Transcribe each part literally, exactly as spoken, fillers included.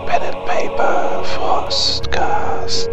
Pen and Paper Frostcast.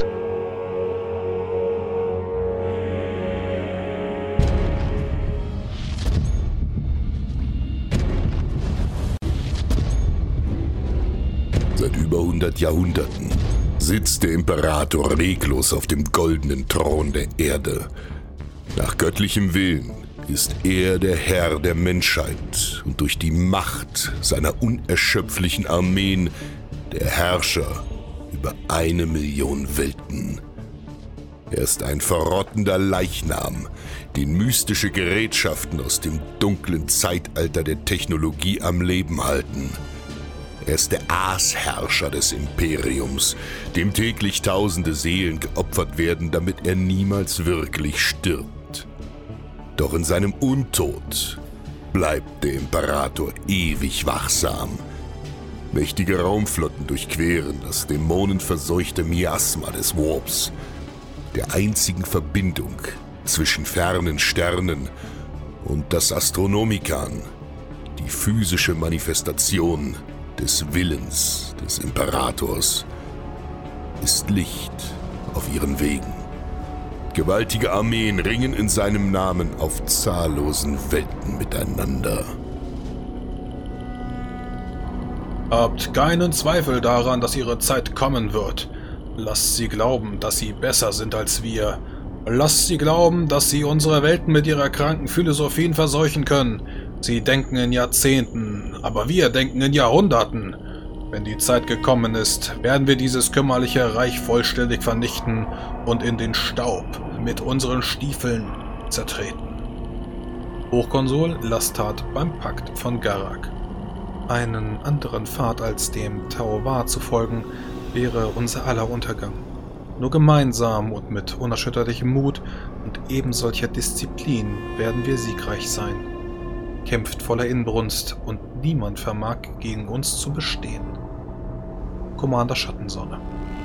Seit über hundert Jahrhunderten sitzt der Imperator reglos auf dem goldenen Thron der Erde. Nach göttlichem Willen ist er der Herr der Menschheit und durch die Macht seiner unerschöpflichen Armeen der Herrscher über eine Million Welten. Er ist ein verrottender Leichnam, den mystische Gerätschaften aus dem dunklen Zeitalter der Technologie am Leben halten. Er ist der Aasherrscher des Imperiums, dem täglich tausende Seelen geopfert werden, damit er niemals wirklich stirbt. Doch in seinem Untod bleibt der Imperator ewig wachsam. Mächtige Raumflotten durchqueren das dämonenverseuchte Miasma des Warps, der einzigen Verbindung zwischen fernen Sternen und das Astronomikan, die physische Manifestation des Willens des Imperators, ist Licht auf ihren Wegen. Gewaltige Armeen ringen in seinem Namen auf zahllosen Welten miteinander. Habt keinen Zweifel daran, dass ihre Zeit kommen wird. Lasst sie glauben, dass sie besser sind als wir. Lasst sie glauben, dass sie unsere Welten mit ihrer kranken Philosophien verseuchen können. Sie denken in Jahrzehnten, aber wir denken in Jahrhunderten. Wenn die Zeit gekommen ist, werden wir dieses kümmerliche Reich vollständig vernichten und in den Staub mit unseren Stiefeln zertreten. Hochkonsul Lastat beim Pakt von Garak. Einen anderen Pfad als dem Tauvar zu folgen, wäre unser aller Untergang. Nur gemeinsam und mit unerschütterlichem Mut und ebensolcher Disziplin werden wir siegreich sein. Kämpft voller Inbrunst und niemand vermag gegen uns zu bestehen. Commander Schattensonne.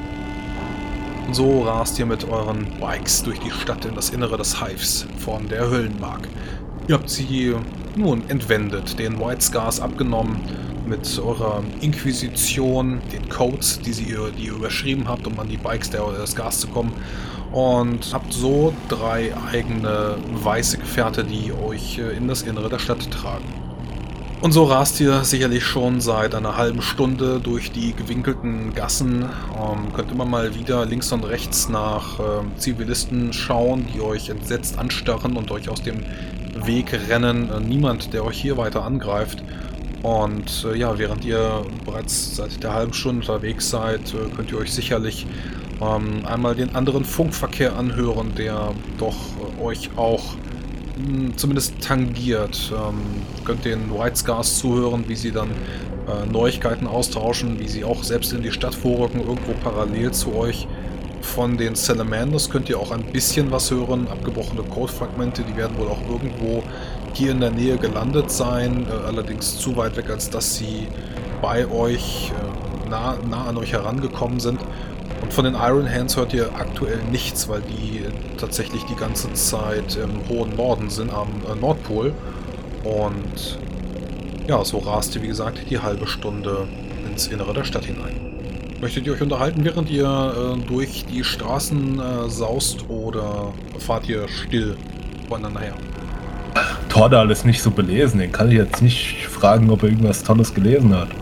Und so rast ihr mit euren Bikes durch die Stadt in das Innere des Hives von der Höllenmark. Ihr habt sie nun entwendet, den White Scars abgenommen, mit eurer Inquisition, den Codes, die, sie, die ihr überschrieben habt, um an die Bikes der Scars zu kommen. Und habt so drei eigene weiße Gefährte, die euch in das Innere der Stadt tragen. Und so rast ihr sicherlich schon seit einer halben Stunde durch die gewinkelten Gassen. Ähm, könnt immer mal wieder links und rechts nach ähm, Zivilisten schauen, die euch entsetzt anstarren und euch aus dem Weg rennen. Äh, niemand, der euch hier weiter angreift. Und äh, ja, während ihr bereits seit der halben Stunde unterwegs seid, äh, könnt ihr euch sicherlich ähm, einmal den anderen Funkverkehr anhören, der doch äh, euch auch mh, zumindest tangiert. Ähm, könnt den White Scars zuhören, wie sie dann äh, Neuigkeiten austauschen, wie sie auch selbst in die Stadt vorrücken, irgendwo parallel zu euch. Von den Salamanders könnt ihr auch ein bisschen was hören, abgebrochene Codefragmente, die werden wohl auch irgendwo hier in der Nähe gelandet sein, äh, allerdings zu weit weg, als dass sie bei euch äh, nah, nah an euch herangekommen sind. Und von den Iron Hands hört ihr aktuell nichts, weil die äh, tatsächlich die ganze Zeit im hohen Norden sind, am äh, Nordpol. Und ja, so rast ihr, wie gesagt, die halbe Stunde ins Innere der Stadt hinein. Möchtet ihr euch unterhalten, während ihr äh, durch die Straßen äh, saust, oder fahrt ihr still voneinander her? Tordal ist nicht so belesen, den kann ich jetzt nicht fragen, ob er irgendwas Tolles gelesen hat.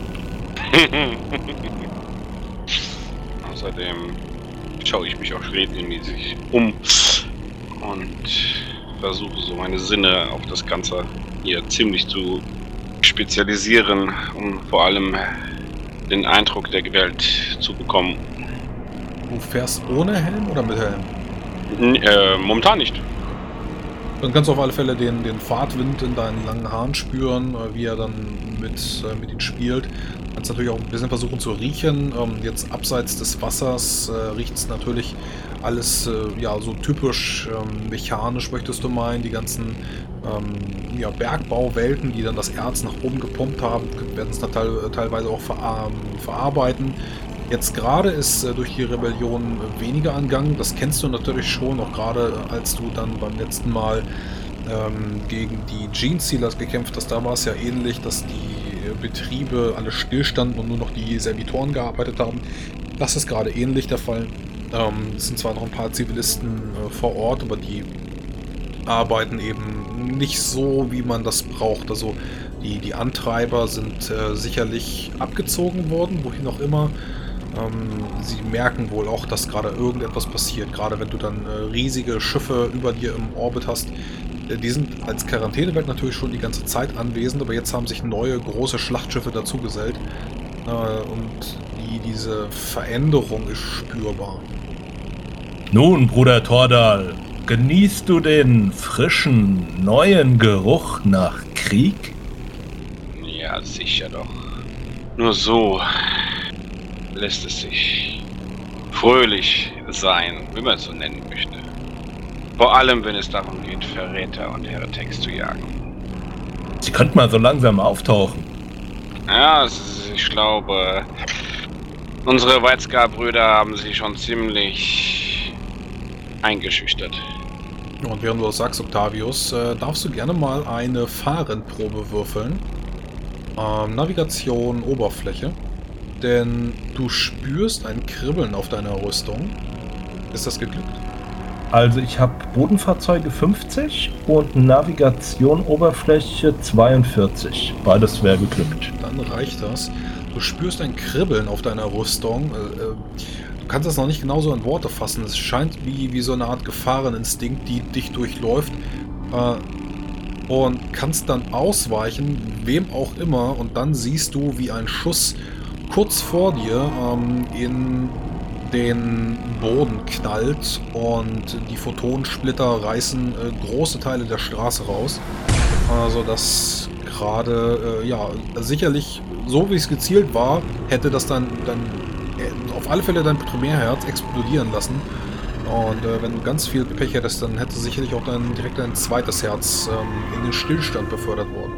Außerdem schaue ich mich auch regelmäßig um und versuche so meine Sinne auf das Ganze hier ziemlich zu spezialisieren, um vor allem den Eindruck der Welt zu bekommen. Du fährst ohne Helm oder mit Helm? N äh, momentan nicht. Dann kannst du auf alle Fälle den, den Fahrtwind in deinen langen Haaren spüren, wie er dann mit, äh, mit ihnen spielt. Du kannst natürlich auch ein bisschen versuchen zu riechen. Ähm, jetzt abseits des Wassers äh, riecht es natürlich alles äh, ja, so typisch ähm, mechanisch, möchtest du meinen. Die ganzen ähm, ja, Bergbauwelten, die dann das Erz nach oben gepumpt haben, werden es dann teil, teilweise auch ver ähm, verarbeiten. Jetzt gerade ist äh, durch die Rebellion äh, weniger angegangen. Das kennst du natürlich schon, auch gerade äh, als du dann beim letzten Mal ähm, gegen die Genestealers gekämpft hast. Da war es ja ähnlich, dass die Betriebe alle stillstanden und nur noch die Servitoren gearbeitet haben. Das ist gerade ähnlich der Fall. Ähm, es sind zwar noch ein paar Zivilisten äh, vor Ort, aber die arbeiten eben nicht so, wie man das braucht. Also die, die Antreiber sind äh, sicherlich abgezogen worden, wohin auch immer. Ähm, sie merken wohl auch, dass gerade irgendetwas passiert. Gerade wenn du dann äh, riesige Schiffe über dir im Orbit hast. Äh, die sind als Quarantänewelt natürlich schon die ganze Zeit anwesend, aber jetzt haben sich neue große Schlachtschiffe dazugesellt. Äh, und die, diese Veränderung ist spürbar. Nun, Bruder Tordal, genießt du den frischen, neuen Geruch nach Krieg? Ja, sicher doch. Nur so lässt es sich fröhlich sein, wie man es so nennen möchte. Vor allem, wenn es darum geht, Verräter und Heretics zu jagen. Sie könnten mal so langsam auftauchen. Ja, ich glaube, unsere Weizgar-Brüder haben sie schon ziemlich eingeschüchtert. Und während du das sagst, Octavius, äh, darfst du gerne mal eine Fahrenprobe würfeln. Ähm, Navigation, Oberfläche. Denn du spürst ein Kribbeln auf deiner Rüstung. Ist das geglückt? Also ich habe Bodenfahrzeuge fünfzig und Navigation Oberfläche zweiundvierzig. Beides wäre geglückt. Dann reicht das. Du spürst ein Kribbeln auf deiner Rüstung. Äh, äh, du kannst das noch nicht genauso in Worte fassen. Es scheint wie, wie so eine Art Gefahreninstinkt, die dich durchläuft. Äh, und kannst dann ausweichen, wem auch immer. Und dann siehst du, wie ein Schuss kurz vor dir ähm, in den Boden knallt und die Photonensplitter reißen äh, große Teile der Straße raus. Also das gerade, äh, ja, sicherlich, so wie es gezielt war, hätte das dann, dann äh, auf alle Fälle dein Primärherz explodieren lassen. Und äh, wenn du ganz viel Pech hättest, dann hätte sicherlich auch dann direkt dein zweites Herz ähm, in den Stillstand befördert worden.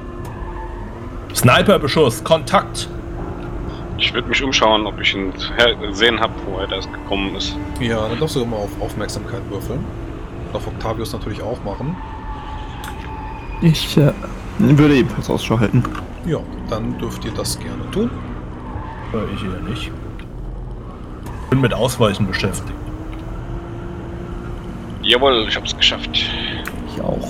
Sniperbeschuss, Kontakt! Ich würde mich umschauen, ob ich ihn gesehen habe, wo er da gekommen ist. Ja, dann darfst du immer auf Aufmerksamkeit würfeln. Darf Octavius natürlich auch machen. Ich äh, würde ebenfalls Ausschau halten. Ja, dann dürft ihr das gerne tun. Äh, ich eher nicht. Bin mit Ausweichen beschäftigt. Jawohl, ich hab's geschafft. Ich auch.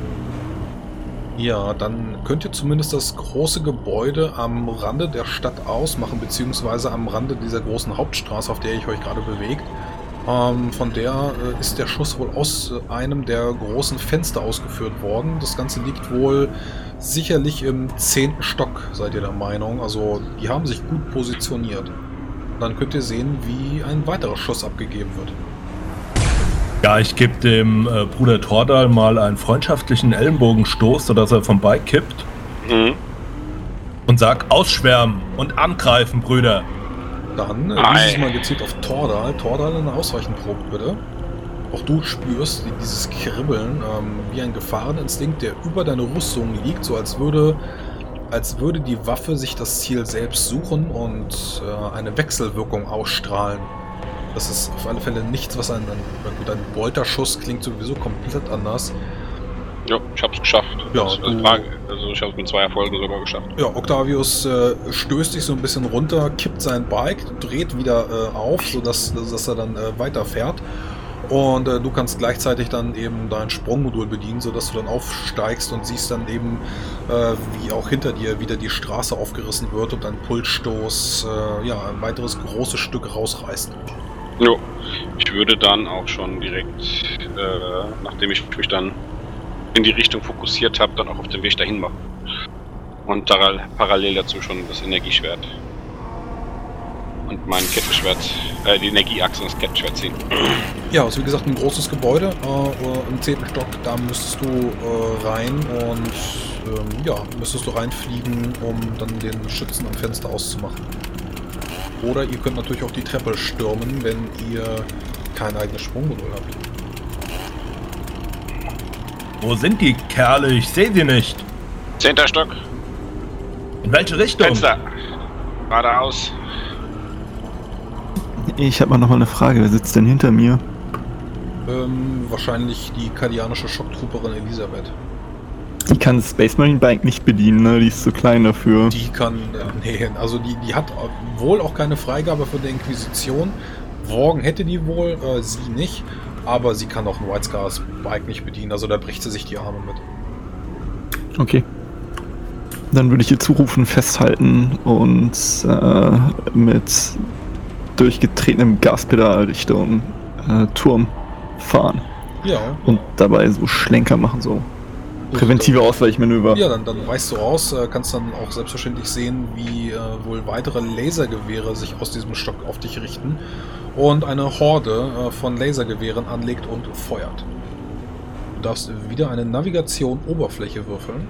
Ja, dann könnt ihr zumindest das große Gebäude am Rande der Stadt ausmachen, beziehungsweise am Rande dieser großen Hauptstraße, auf der ich euch gerade bewegt. Ähm, von der äh, ist der Schuss wohl aus äh, einem der großen Fenster ausgeführt worden. Das Ganze liegt wohl sicherlich im zehnten Stock, seid ihr der Meinung. Also die haben sich gut positioniert. Dann könnt ihr sehen, wie ein weiterer Schuss abgegeben wird. Ja, ich gebe dem äh, Bruder Tordal mal einen freundschaftlichen Ellenbogenstoß, sodass er vom Bike kippt. Mhm. Und sag, ausschwärmen und angreifen, Brüder. Dann äh, dieses Mal gezielt auf Tordal. Tordal, eine Ausweichenprobe, bitte. Auch du spürst dieses Kribbeln, ähm, wie ein Gefahreninstinkt, der über deine Rüstung liegt, so als würde, als würde die Waffe sich das Ziel selbst suchen und äh, eine Wechselwirkung ausstrahlen. Das ist auf alle Fälle nichts, was ein, ein, gut, ein Bolterschuss klingt sowieso komplett anders. Ja, ich hab's geschafft. Ja, das, du, Frage, also ich hab's mit zwei Erfolgen sogar geschafft. Ja, Octavius äh, stößt dich so ein bisschen runter, kippt sein Bike, dreht wieder äh, auf, sodass dass er dann äh, weiterfährt. Und äh, du kannst gleichzeitig dann eben dein Sprungmodul bedienen, sodass du dann aufsteigst und siehst dann eben, äh, wie auch hinter dir wieder die Straße aufgerissen wird und ein Pulsstoß äh, ja, ein weiteres großes Stück rausreißt. Jo, ich würde dann auch schon direkt, äh, nachdem ich mich dann in die Richtung fokussiert habe, dann auch auf den Weg dahin machen. Und da, parallel dazu schon das Energieschwert. Und mein Kettenschwert, äh, die Energieachse und das Kettenschwert ziehen. Ja, also wie gesagt ein großes Gebäude äh, im zehnten Stock, da müsstest du äh, rein und ähm, ja, müsstest du reinfliegen, um dann den Schützen am Fenster auszumachen. Oder ihr könnt natürlich auch die Treppe stürmen, wenn ihr kein eigenes Sprungmodul habt. Wo sind die Kerle? Ich sehe sie nicht. Zehnter Stock. In welche Richtung? Fenster. Geradeaus. Ich habe mal noch mal eine Frage. Wer sitzt denn hinter mir? Ähm, wahrscheinlich die kardianische Schocktrooperin Elisabeth. Die kann das Space Marine Bike nicht bedienen, ne? Die ist zu klein dafür. Die kann, äh, nee, also die, die hat wohl auch keine Freigabe von der Inquisition. Worgen hätte die wohl, äh, sie nicht. Aber sie kann auch ein White Scars Bike nicht bedienen, also da bricht sie sich die Arme mit. Okay. Dann würde ich ihr zurufen, festhalten und äh, mit durchgetretenem Gaspedal Richtung äh, Turm fahren. Ja. Und dabei so Schlenker machen, so präventive Ausweichmanöver. Ja, dann, dann weichst du aus, äh, kannst dann auch selbstverständlich sehen, wie äh, wohl weitere Lasergewehre sich aus diesem Stock auf dich richten und eine Horde äh, von Lasergewehren anlegt und feuert. Du darfst wieder eine Navigation Oberfläche würfeln.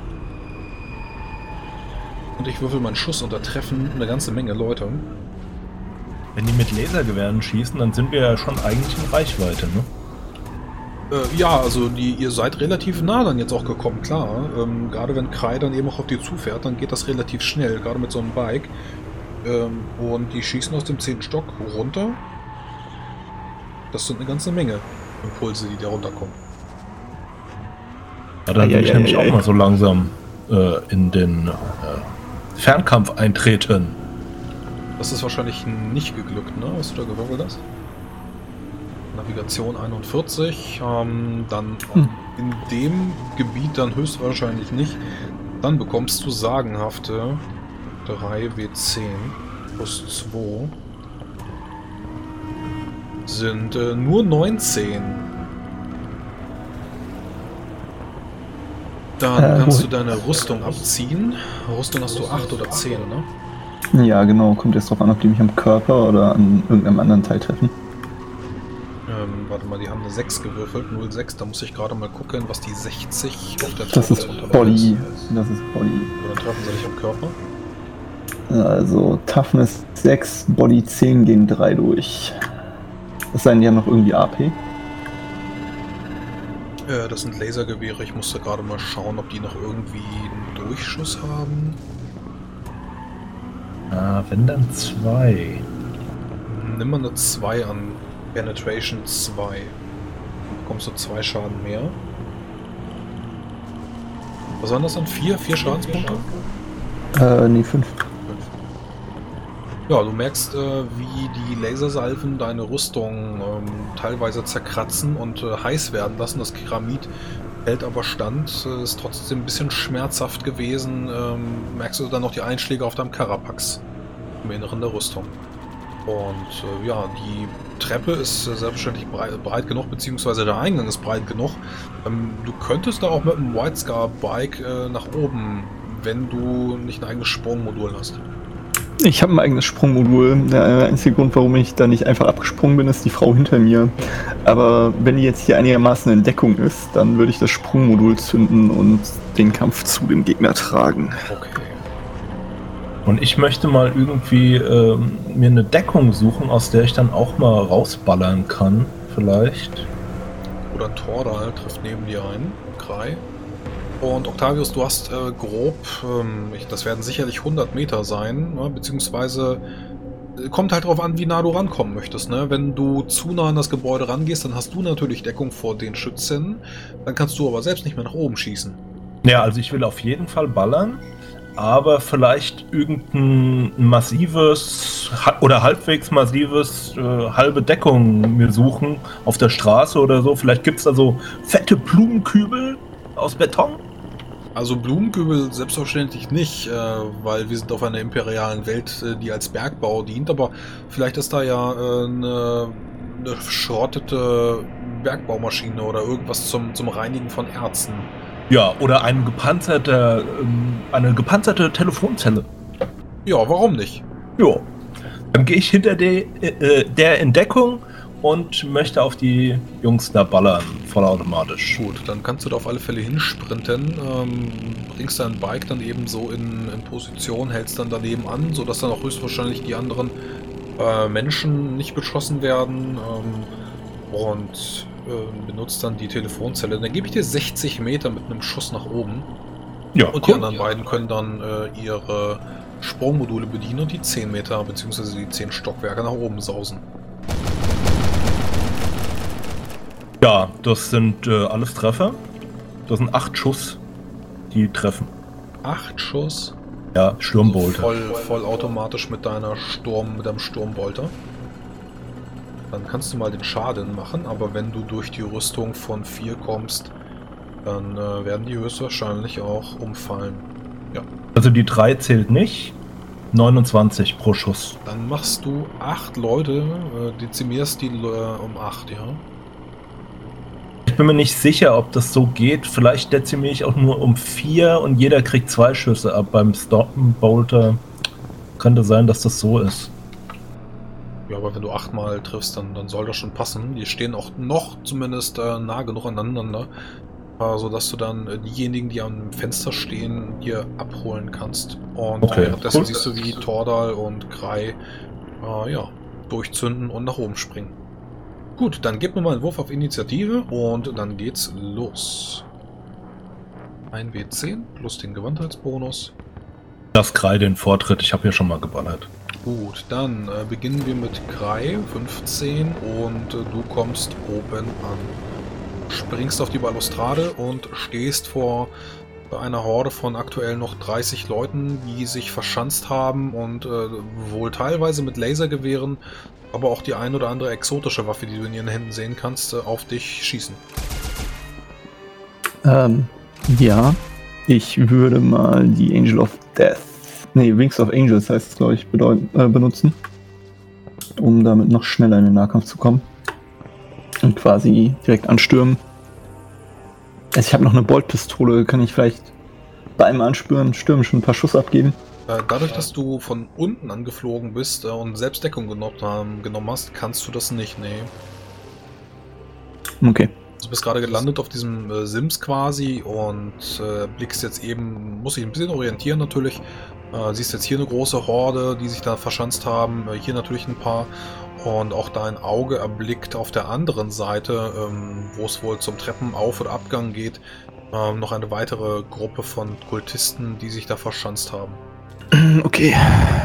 Und ich würfel meinen Schuss und da treffen eine ganze Menge Leute. Wenn die mit Lasergewehren schießen, dann sind wir ja schon eigentlich in Reichweite, ne? Äh, ja, also die, ihr seid relativ nah dann jetzt auch gekommen, klar. Ähm, gerade wenn Kai dann eben auch auf die zufährt, dann geht das relativ schnell, gerade mit so einem Bike. Ähm, und die schießen aus dem zehnten Stock runter. Das sind eine ganze Menge Impulse, die da runterkommen. Ja, dann Ei, will ei, ich ei, nämlich ei, auch ei. mal so langsam äh, in den äh, Fernkampf eintreten. Das ist wahrscheinlich nicht geglückt, ne? Hast du da gewürfelt hast? Navigation einundvierzig, ähm, dann Hm. in dem Gebiet dann höchstwahrscheinlich nicht. Dann bekommst du sagenhafte drei W zehn plus zwei. Sind äh, nur neunzehn. Dann Äh, kannst wo- du deine Rüstung abziehen. Rüstung hast du acht oder zehn, ne? Ja, genau. Kommt jetzt drauf an, ob die mich am Körper oder an irgendeinem anderen Teil treffen. Ähm, warte mal, die haben eine sechs gewürfelt, null Komma sechs. Da muss ich gerade mal gucken, was die sechzig auf der Das ist Toughness-Unterlage Body. Das ist Body. Oder treffen sie dich am Körper? Also Toughness sechs, Body zehn gehen drei durch. Es sei denn, die haben noch irgendwie A P. Äh, das sind Lasergewehre. Ich musste gerade mal schauen, ob die noch irgendwie einen Durchschuss haben. Ah, wenn dann zwei. Nimm mal eine zwei an. Penetration zwei. Dann bekommst du zwei Schaden mehr. Was waren das dann? Vier? Vier Schadenspunkte? Äh, nee, fünf. Fünf. Ja, du merkst, äh, wie die Lasersalven deine Rüstung ähm, teilweise zerkratzen und äh, heiß werden lassen. Das Keramid hält aber stand, äh, ist trotzdem ein bisschen schmerzhaft gewesen. Ähm, merkst du dann noch die Einschläge auf deinem Carapax im Inneren der Rüstung. Und äh, ja, die Treppe ist äh, selbstverständlich breit, breit genug, beziehungsweise der Eingang ist breit genug. Ähm, du könntest da auch mit einem White Scar Bike äh, nach oben, wenn du nicht ein eigenes Sprungmodul hast. Ich habe ein eigenes Sprungmodul. Der einzige Grund, warum ich da nicht einfach abgesprungen bin, ist die Frau hinter mir. Aber wenn die jetzt hier einigermaßen in Deckung ist, dann würde ich das Sprungmodul zünden und den Kampf zu dem Gegner tragen. Okay. Und ich möchte mal irgendwie ähm, mir eine Deckung suchen, aus der ich dann auch mal rausballern kann, vielleicht. Oder ein Tordal trifft neben dir ein, Krei. Und Octavius, du hast äh, grob, ähm, ich, das werden sicherlich hundert Meter sein, ne, beziehungsweise äh, kommt halt drauf an, wie nah du rankommen möchtest. Ne? Wenn du zu nah an das Gebäude rangehst, dann hast du natürlich Deckung vor den Schützen, dann kannst du aber selbst nicht mehr nach oben schießen. Ja, also ich will auf jeden Fall ballern, aber vielleicht irgendein massives ha- oder halbwegs massives äh, halbe Deckung mir suchen auf der Straße oder so. Vielleicht gibt es da so fette Blumenkübel aus Beton. Also Blumenkübel selbstverständlich nicht, äh, weil wir sind auf einer imperialen Welt, äh, die als Bergbau dient, aber vielleicht ist da ja äh, eine, eine verschrottete Bergbaumaschine oder irgendwas zum, zum Reinigen von Erzen. Ja, oder ein gepanzerter, ähm, eine gepanzerte Telefonzelle. Ja, warum nicht? Ja. Dann gehe ich hinter de, äh, der Entdeckung und möchte auf die Jungs da ballern, vollautomatisch. Gut, dann kannst du da auf alle Fälle hinsprinten, ähm, bringst dein Bike dann eben so in, in Position, hältst dann daneben an, sodass dann auch höchstwahrscheinlich die anderen äh, Menschen nicht beschossen werden ähm, und äh, benutzt dann die Telefonzelle. Dann gebe ich dir sechzig Meter mit einem Schuss nach oben Ja, und die anderen beiden können dann äh, ihre Sprungmodule bedienen und die zehn Meter bzw. die zehn Stockwerke nach oben sausen. Ja, das sind äh, alles Treffer. Das sind acht Schuss. die treffen. Acht Schuss. Ja, Sturmbolter. Voll, voll automatisch mit deiner Sturm, mit deinem Sturmbolter. Dann kannst du mal den Schaden machen, aber wenn du durch die Rüstung von vier kommst, dann äh, werden die höchstwahrscheinlich auch umfallen. Ja. Also die drei zählt nicht. neunundzwanzig pro Schuss. Dann machst du acht Leute, äh, dezimierst die äh, um acht, ja. Ich bin mir nicht sicher, ob das so geht. Vielleicht dezimiere ich auch nur um vier und jeder kriegt zwei Schüsse ab. Beim Stormbolter könnte sein, dass das so ist. Ja, aber wenn du achtmal triffst, dann, dann soll das schon passen. Die stehen auch noch zumindest äh, nah genug aneinander, äh, sodass du dann äh, diejenigen, die am Fenster stehen, hier abholen kannst. Und okay, währenddessen cool. siehst du, wie Tordal und Krei äh, ja, durchzünden und nach oben springen. Gut, dann gib mir mal einen Wurf auf Initiative und dann geht's los. ein W zehn plus den Gewandheitsbonus. Das Krei den Vortritt, ich habe hier schon mal geballert. Gut, dann äh, beginnen wir mit Krei, fünfzehn, und äh, du kommst oben an. Springst auf die Balustrade und stehst vor einer Horde von aktuell noch dreißig Leuten, die sich verschanzt haben und äh, wohl teilweise mit Lasergewehren, aber auch die ein oder andere exotische Waffe, die du in ihren Händen sehen kannst, äh, auf dich schießen. Ähm, ja, ich würde mal die Angel of Death, nee, Wings of Angels heißt es, glaube ich, bedeuten, äh, benutzen, um damit noch schneller in den Nahkampf zu kommen und quasi direkt anstürmen. Also ich habe noch eine Boltpistole, kann ich vielleicht bei einem Anspüren, Stürmen schon ein paar Schuss abgeben? Äh, dadurch, dass du von unten angeflogen bist äh, und selbst Deckung genommen, ähm, genommen hast, kannst du das nicht, nee. Okay. Du bist gerade gelandet auf diesem äh, Sims quasi und äh, blickst jetzt eben, muss dich ein bisschen orientieren natürlich, äh, siehst jetzt hier eine große Horde, die sich da verschanzt haben, äh, hier natürlich ein paar und auch dein Auge erblickt auf der anderen Seite, ähm, wo es wohl zum Treppenauf- oder Abgang geht, ähm, noch eine weitere Gruppe von Kultisten, die sich da verschanzt haben. Okay.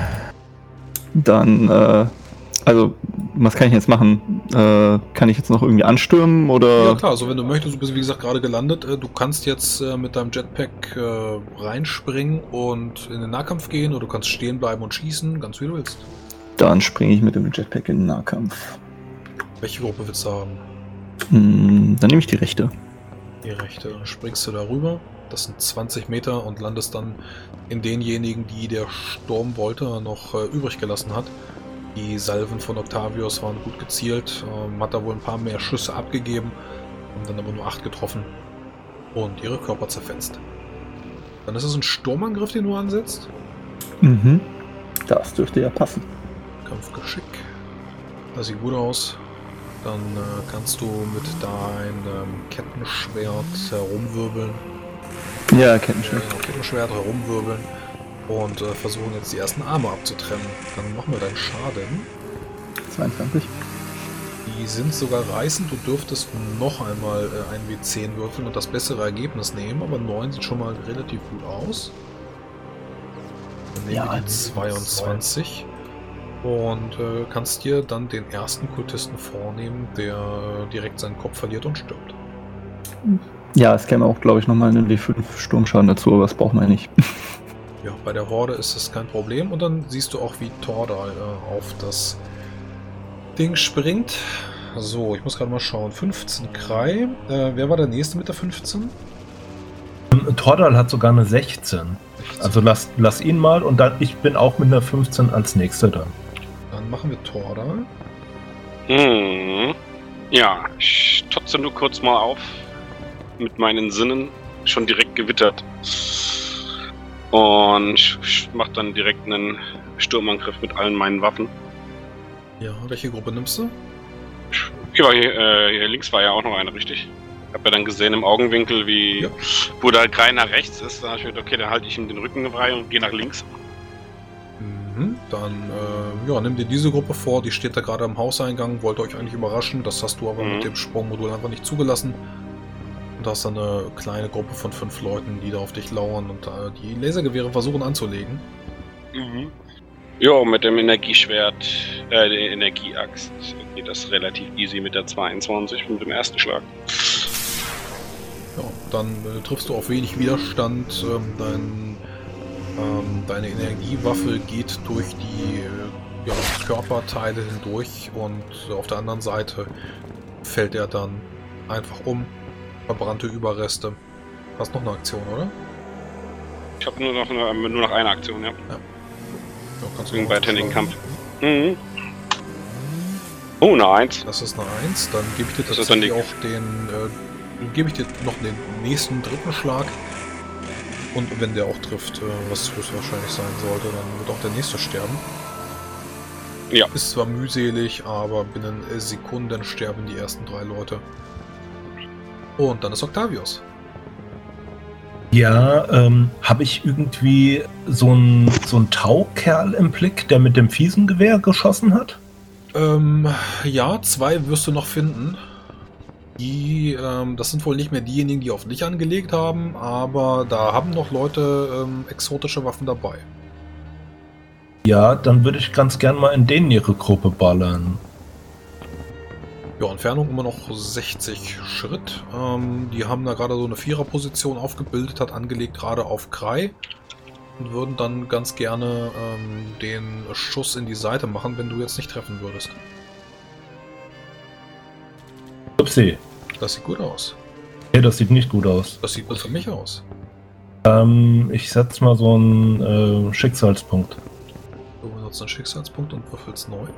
Dann, äh, also, was kann ich jetzt machen? Äh, kann ich jetzt noch irgendwie anstürmen oder? Ja klar, also wenn du möchtest, du bist wie gesagt gerade gelandet, äh, du kannst jetzt äh, mit deinem Jetpack äh, reinspringen und in den Nahkampf gehen oder du kannst stehen bleiben und schießen, ganz wie du willst. Dann springe ich mit dem Jetpack in den Nahkampf. Welche Gruppe willst du haben? Hm, dann nehme ich die rechte. Die rechte. Dann springst du darüber. Das sind zwanzig Meter und landest dann in denjenigen, die der Sturmbolter noch äh, übrig gelassen hat. Die Salven von Octavius waren gut gezielt. Ähm, hat da wohl ein paar mehr Schüsse abgegeben. Haben dann aber nur acht getroffen. Und ihre Körper zerfetzt. Dann ist es ein Sturmangriff, den du ansetzt. Mhm. Das dürfte ja passen. Kampfgeschick. Das sieht gut aus. Dann äh, kannst du mit deinem Kettenschwert herumwirbeln. Ja, Kettenschwert. Genau, Kettenschwert herumwirbeln und äh, versuchen jetzt die ersten Arme abzutrennen. Dann machen wir deinen Schaden. zweiundzwanzig. Die sind sogar reißend. Du dürftest noch einmal äh, ein W zehn würfeln und das bessere Ergebnis nehmen, aber neun sieht schon mal relativ gut aus. Dann nehmen Ja, wir die zweiundzwanzig. Und äh, kannst dir dann den ersten Kultisten vornehmen, der äh, direkt seinen Kopf verliert und stirbt. Ja, es käme auch, glaube ich, nochmal eine W fünf Sturmschaden dazu, aber das braucht man nicht. Ja, bei der Horde ist das kein Problem. Und dann siehst du auch, wie Tordal äh, auf das Ding springt. So, ich muss gerade mal schauen. fünfzehn Krei. Äh, wer war der nächste mit der fünfzehn? Tordal hat sogar eine sechzehn. sechzehn. Also lass, lass ihn mal und dann ich bin auch mit einer fünfzehn als nächster dann. Dann machen wir Tordal. Hm. Ja, ich totze nur kurz mal auf. Mit meinen Sinnen schon direkt gewittert. Und ich mach dann direkt einen Sturmangriff mit allen meinen Waffen. Ja, welche Gruppe nimmst du? Ja, hier, äh, hier links war ja auch noch einer, richtig? Ich hab ja dann gesehen im Augenwinkel, wie Ja. wo da Krei nach rechts ist. Dann hab ich gedacht, okay, dann halte ich ihm den Rücken frei und gehe nach links. Mhm. Dann äh, ja, nimm dir diese Gruppe vor. Die steht da gerade am Hauseingang. Wollte euch eigentlich überraschen. Das hast du aber Mhm. mit dem Sprungmodul einfach nicht zugelassen. Und da ist dann eine kleine Gruppe von fünf Leuten, die da auf dich lauern und äh, die Lasergewehre versuchen anzulegen. Mhm. Ja, mit dem Energieschwert, äh, der Energieaxt geht das relativ easy mit der zweiundzwanzig mit dem ersten Schlag. Ja, dann äh, triffst du auf wenig Widerstand. Ähm, dein, ähm, deine Energiewaffe geht durch die äh, ja, Körperteile hindurch und äh, auf der anderen Seite fällt er dann einfach um. Verbrannte Überreste. Hast noch eine Aktion, oder? Ich habe nur noch eine, nur noch eine Aktion, ja. Ja, kannst du Wegen noch beidhändigen was Kampf. sagen? Mhm. Oh, eine Eins. Das ist eine Eins, dann gebe ich dir Das ist dann tatsächlich die- auch den, äh, gebe ich dir noch den nächsten dritten Schlag. Und wenn der auch trifft, äh, was höchstwahrscheinlich sein sollte, dann wird auch der nächste sterben. Ja. Ist zwar mühselig, aber binnen äh, Sekunden sterben die ersten drei Leute. Und dann ist Octavius. Ja, ähm, habe ich irgendwie so einen so einen Taukerl im Blick, der mit dem fiesen Gewehr geschossen hat? Ähm, ja, zwei wirst du noch finden. Die, ähm, das sind wohl nicht mehr diejenigen, die auf dich angelegt haben, aber da haben noch Leute ähm, exotische Waffen dabei. Ja, dann würde ich ganz gern mal in denen ihre Gruppe ballern. Ja, Entfernung immer noch sechzig Schritt. Ähm, die haben da gerade so eine Viererposition aufgebildet, hat angelegt gerade auf Krei und würden dann ganz gerne ähm, den Schuss in die Seite machen, wenn du jetzt nicht treffen würdest. Upsi. Das sieht gut aus. Nee, das sieht nicht gut aus. Das sieht gut für mich aus. Ähm, ich setze mal so einen äh, Schicksalspunkt. Du benutzt einen Schicksalspunkt und würfelst neu.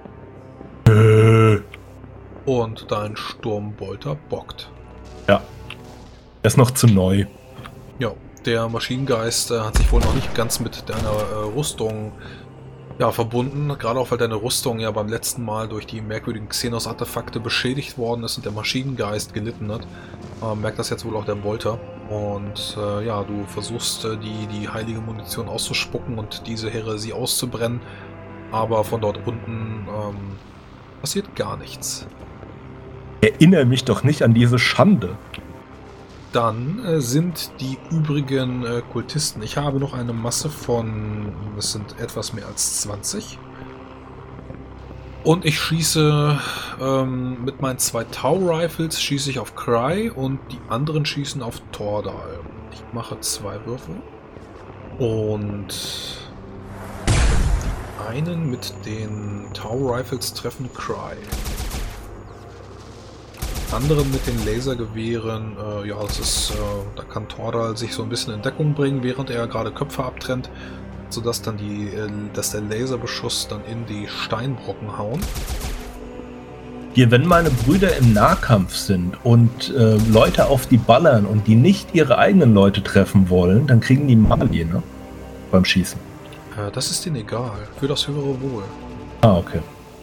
Äh. Und dein Sturmbolter bockt. Ja. Er ist noch zu neu. Ja, der Maschinengeist äh, hat sich wohl noch nicht ganz mit deiner äh, Rüstung ja, verbunden. Gerade auch, weil deine Rüstung ja beim letzten Mal durch die merkwürdigen Xenos-Artefakte beschädigt worden ist und der Maschinengeist gelitten hat. Äh, merkt das jetzt wohl auch der Bolter. Und äh, ja, du versuchst äh, die, die heilige Munition auszuspucken und diese Häresie auszubrennen. Aber von dort unten ähm, passiert gar nichts. Erinnere mich doch nicht an diese Schande. Dann äh, sind die übrigen äh, Kultisten. Ich habe noch eine Masse von, es sind etwas mehr als zwanzig. Und ich schieße ähm, mit meinen zwei Tau-Rifles schieße ich auf Krei und die anderen schießen auf Tordal. Ich mache zwei Würfe. Und die einen mit den Tau-Rifles treffen Krei. Anderen mit den Lasergewehren, äh, ja, das ist, äh, da kann Tordal sich so ein bisschen in Deckung bringen, während er gerade Köpfe abtrennt, sodass dann die, äh, dass der Laserbeschuss dann in die Steinbrocken hauen. Hier, wenn meine Brüder im Nahkampf sind und äh, Leute auf die ballern und die nicht ihre eigenen Leute treffen wollen, dann kriegen die Mali, ne? Beim Schießen. Äh, das ist ihnen egal, für das höhere Wohl. Ah, okay.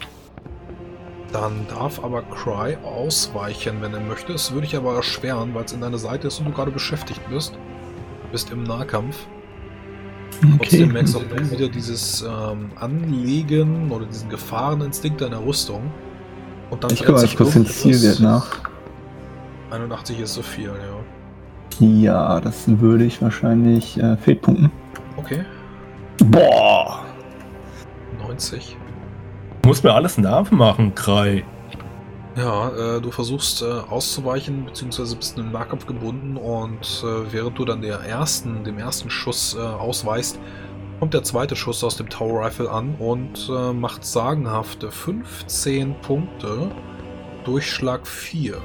Dann darf aber Krei ausweichen, wenn er möchte. Das würde ich aber erschweren, weil es in deiner Seite ist und du gerade beschäftigt bist. Du bist im Nahkampf. Trotzdem merkst auch du wieder dieses ähm, Anlegen oder diesen Gefahreninstinkt deiner Rüstung. Und dann Ich gucke mal kurz den Zielwert nach. einundachtzig ist so viel, ja. Ja, das würde ich wahrscheinlich äh, fehlpunkten. Okay. Boah! neunzig. Du musst mir alles nachmachen, Krei. Ja, äh, du versuchst äh, auszuweichen, beziehungsweise bist in den Nahkampf gebunden und äh, während du dann der ersten, dem ersten Schuss äh, ausweichst, kommt der zweite Schuss aus dem Tau-Rifle an und äh, macht sagenhafte fünfzehn Punkte, Durchschlag vier.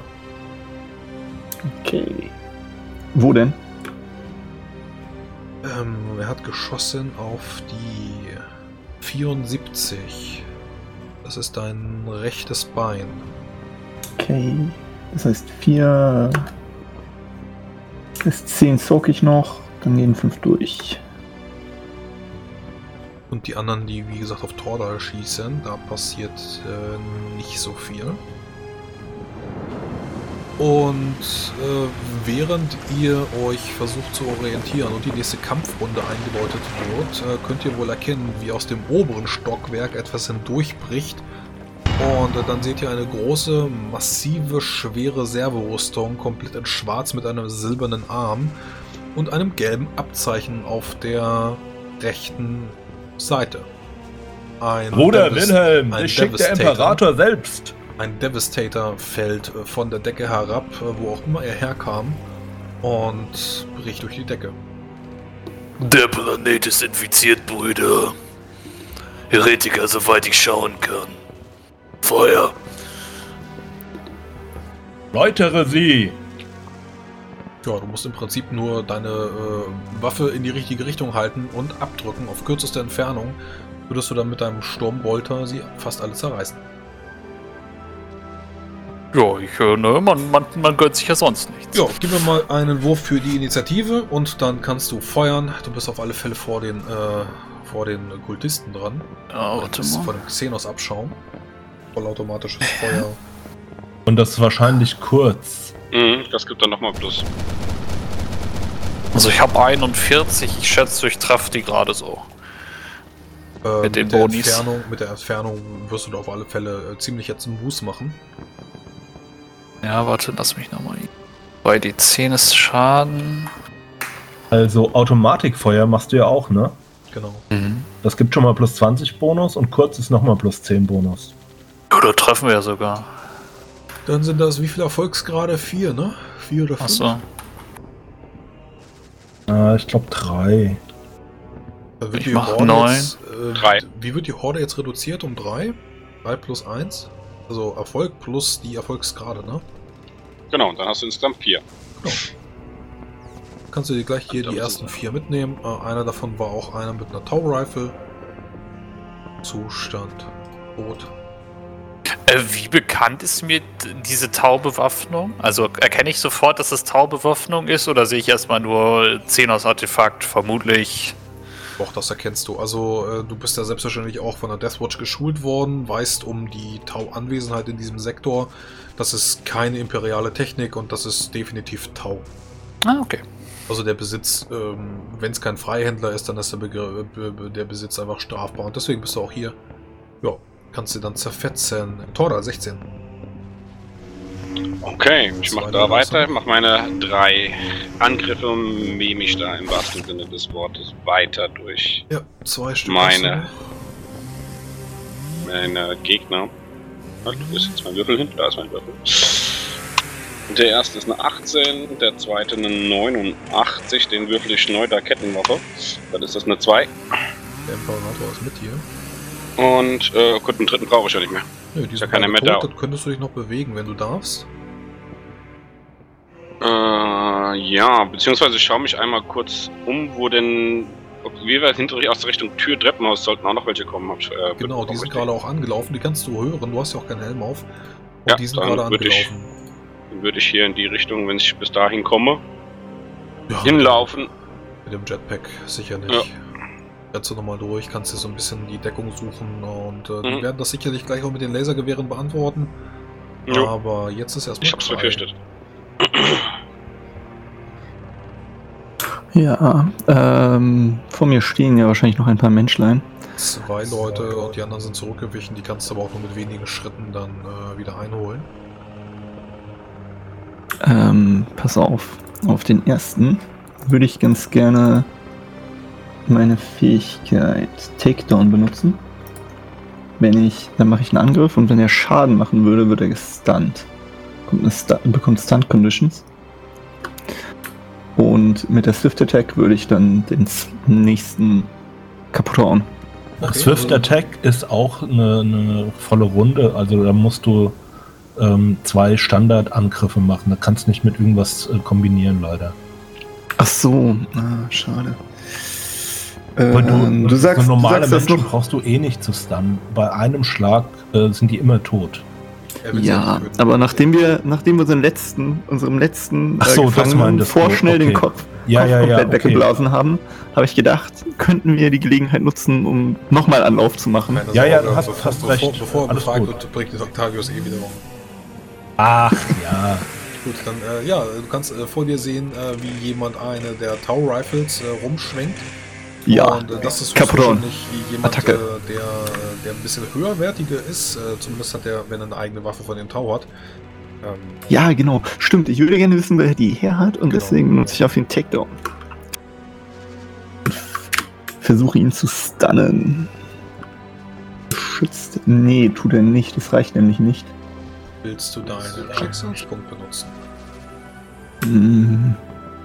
Okay. Wo denn? Ähm, er hat geschossen auf die vierundsiebzig. Das ist dein rechtes Bein. Okay. Das heißt vier bis zehn soak ich noch, dann gehen fünf durch. Und die anderen, die wie gesagt auf Tordal schießen, da passiert äh, nicht so viel. Und äh, während ihr euch versucht zu orientieren und die nächste Kampfrunde eingeläutet wird, äh, könnt ihr wohl erkennen, wie aus dem oberen Stockwerk etwas hindurchbricht. Und äh, dann seht ihr eine große, massive, schwere Servorüstung, komplett in schwarz mit einem silbernen Arm und einem gelben Abzeichen auf der rechten Seite. Ein Bruder Devas- Wilhelm, ein das schickt der Devastator. Imperator selbst. Ein Devastator fällt äh, von der Decke herab, äh, wo auch immer er herkam, und bricht durch die Decke. Der Planet ist infiziert, Brüder. Heretiker, soweit ich schauen kann. Feuer. Läutere sie! Ja, du musst im Prinzip nur deine äh, Waffe in die richtige Richtung halten und abdrücken. Auf kürzeste Entfernung würdest du dann mit deinem Sturmbolter sie fast alle zerreißen. Ja, ich, äh, ne, man, man, man gönnt sich ja sonst nichts. Ja, gib mir mal einen Wurf für die Initiative und dann kannst du feuern. Du bist auf alle Fälle vor den, äh, vor den Kultisten dran. Ja, Du warte bist mal. vor dem Xenos-Abschaum. Vollautomatisches Feuer. Und das ist wahrscheinlich kurz. Mhm, das gibt dann nochmal Plus. Also ich habe einundvierzig, ich schätze, ich treffe die gerade so. Äh, Mit den der Bonis. Entfernung, mit der Entfernung wirst du da auf alle Fälle äh, ziemlich jetzt einen Boost machen. Ja, warte, lass mich nochmal. Bei die zehn ist Schaden. Also Automatikfeuer machst du ja auch, ne? Genau. Mhm. Das gibt schon mal plus zwanzig Bonus und kurz ist nochmal plus zehn Bonus. Ja, da treffen wir ja sogar. Dann sind das wie viele Erfolgsgrade? Vier, ne? Vier oder fünf? Achso. Äh, ich glaube drei. Dann wird Ich die mach Horde neun. Jetzt, äh, Drei. Wie wird die Horde jetzt reduziert? Um drei? drei plus eins? Also Erfolg plus die Erfolgsgrade, ne? Genau, und dann hast du insgesamt vier. Kannst du dir gleich hier die ersten vier mitnehmen. Äh, einer davon war auch einer mit einer Tau-Rifle. Zustand. Tot. Äh, wie bekannt ist mir d- diese Taubewaffnung? Also erkenne ich sofort, dass es Taubewaffnung ist oder sehe ich erstmal nur Xenos-Artefakt, vermutlich? Doch, das erkennst du. Also, äh, du bist ja selbstverständlich auch von der Deathwatch geschult worden, weißt um die Tau-Anwesenheit in diesem Sektor. Das ist keine imperiale Technik und das ist definitiv Tau. Ah, okay. Also der Besitz, ähm, wenn es kein Freihändler ist, dann ist der, Begr Be Be der Besitz einfach strafbar. Und deswegen bist du auch hier. Ja, kannst du dann zerfetzen. Torda, sechzehn. Okay, ich mach Zwei da Minus, weiter, ne? mach meine drei Angriffe und mähe mich da im wahrsten Sinne des Wortes weiter durch Ja, zwei Stück. Meine. hast meine Gegner. Halt, wo ist jetzt mein Würfel hin? Da ist mein Würfel. Der erste ist eine achtzehn, der zweite eine neunundachtzig, den würfel ich neu der Kettenwaffe. Dann ist das eine zwei. du. Der Imperator ist mit hier. Und, äh, gut, einen dritten brauche ich ja nicht mehr. Nö, die ja sind keiner beide mehr tot, da. dann könntest du dich noch bewegen, wenn du darfst. Äh, ja, beziehungsweise ich schaue mich einmal kurz um, wo denn, ob wie wir hinter aus der Richtung Tür, Treppenhaus sollten auch noch welche kommen. Hab ich, äh, Genau, die sind richtig. gerade auch angelaufen. Die kannst du hören. Du hast ja auch keinen Helm auf. Und Ja, die sind dann gerade würd ich- angelaufen. Dann würde ich hier in die Richtung, wenn ich bis dahin komme, Ja, hinlaufen. mit dem Jetpack sicher nicht. Ja. Jetzt du nochmal durch, kannst dir so ein bisschen die Deckung suchen und äh, die Mhm. werden das sicherlich gleich auch mit den Lasergewehren beantworten. Jo, Aber jetzt ist erstmal ich hab's frei. befürchtet. Ja, ähm, vor mir stehen ja wahrscheinlich noch ein paar Menschlein. Zwei Leute und die anderen sind zurückgewichen. Die kannst du aber auch nur mit wenigen Schritten dann äh, wieder einholen. Ähm, pass auf. Auf den ersten würde ich ganz gerne meine Fähigkeit Takedown benutzen. Wenn ich, dann mache ich einen Angriff und wenn er Schaden machen würde, wird er gestunt. Kommt eine Stu bekommt Stunt Conditions. Und mit der Swift Attack würde ich dann den s- nächsten kaputt hauen. Okay, Swift also- Attack ist auch eine, eine volle Runde, also da musst du ähm, zwei Standardangriffe machen. Da kannst du nicht mit irgendwas äh, kombinieren, leider. Ach so, ah, schade. Weil du, Ähm, du sagst, so normale du sagst das Menschen noch. brauchst du eh nicht zu stunnen. Bei einem Schlag äh, sind die immer tot. Er will Ja, sie nicht töten. aber nachdem wir, nachdem wir unseren letzten, unserem letzten Ach so, das Gefangenen meintest du. vorschnell den Okay. Kopf, Ja, Kopf ja, ja, komplett okay. weggeblasen haben, habe ich gedacht, könnten wir die Gelegenheit nutzen, um nochmal Anlauf zu machen. Keine Ja, ja, Sorge, du hast bevor, fast bevor, recht. Bevor er Alles befragt gut. wird, bringt Octavius eh wieder um. Ach ja. Gut, dann, äh, ja, du kannst äh, vor dir sehen, äh, wie jemand eine der Tau-Rifles äh, rumschwenkt. Ja, Und äh, das ist kaputt hauen. wahrscheinlich jemand, Attacke. äh, der, der ein bisschen höherwertiger ist. Äh, zumindest hat er, wenn er eine eigene Waffe von dem Tau hat. Ähm, Ja, genau. Stimmt, ich würde gerne wissen, wer die her hat und Genau. deswegen benutze ich auf den Takedown. Versuche ihn zu stunnen. Schützt. Nee, tut er nicht. Das reicht nämlich nicht. willst du deinen Schicksalspunkt benutzen? Hm.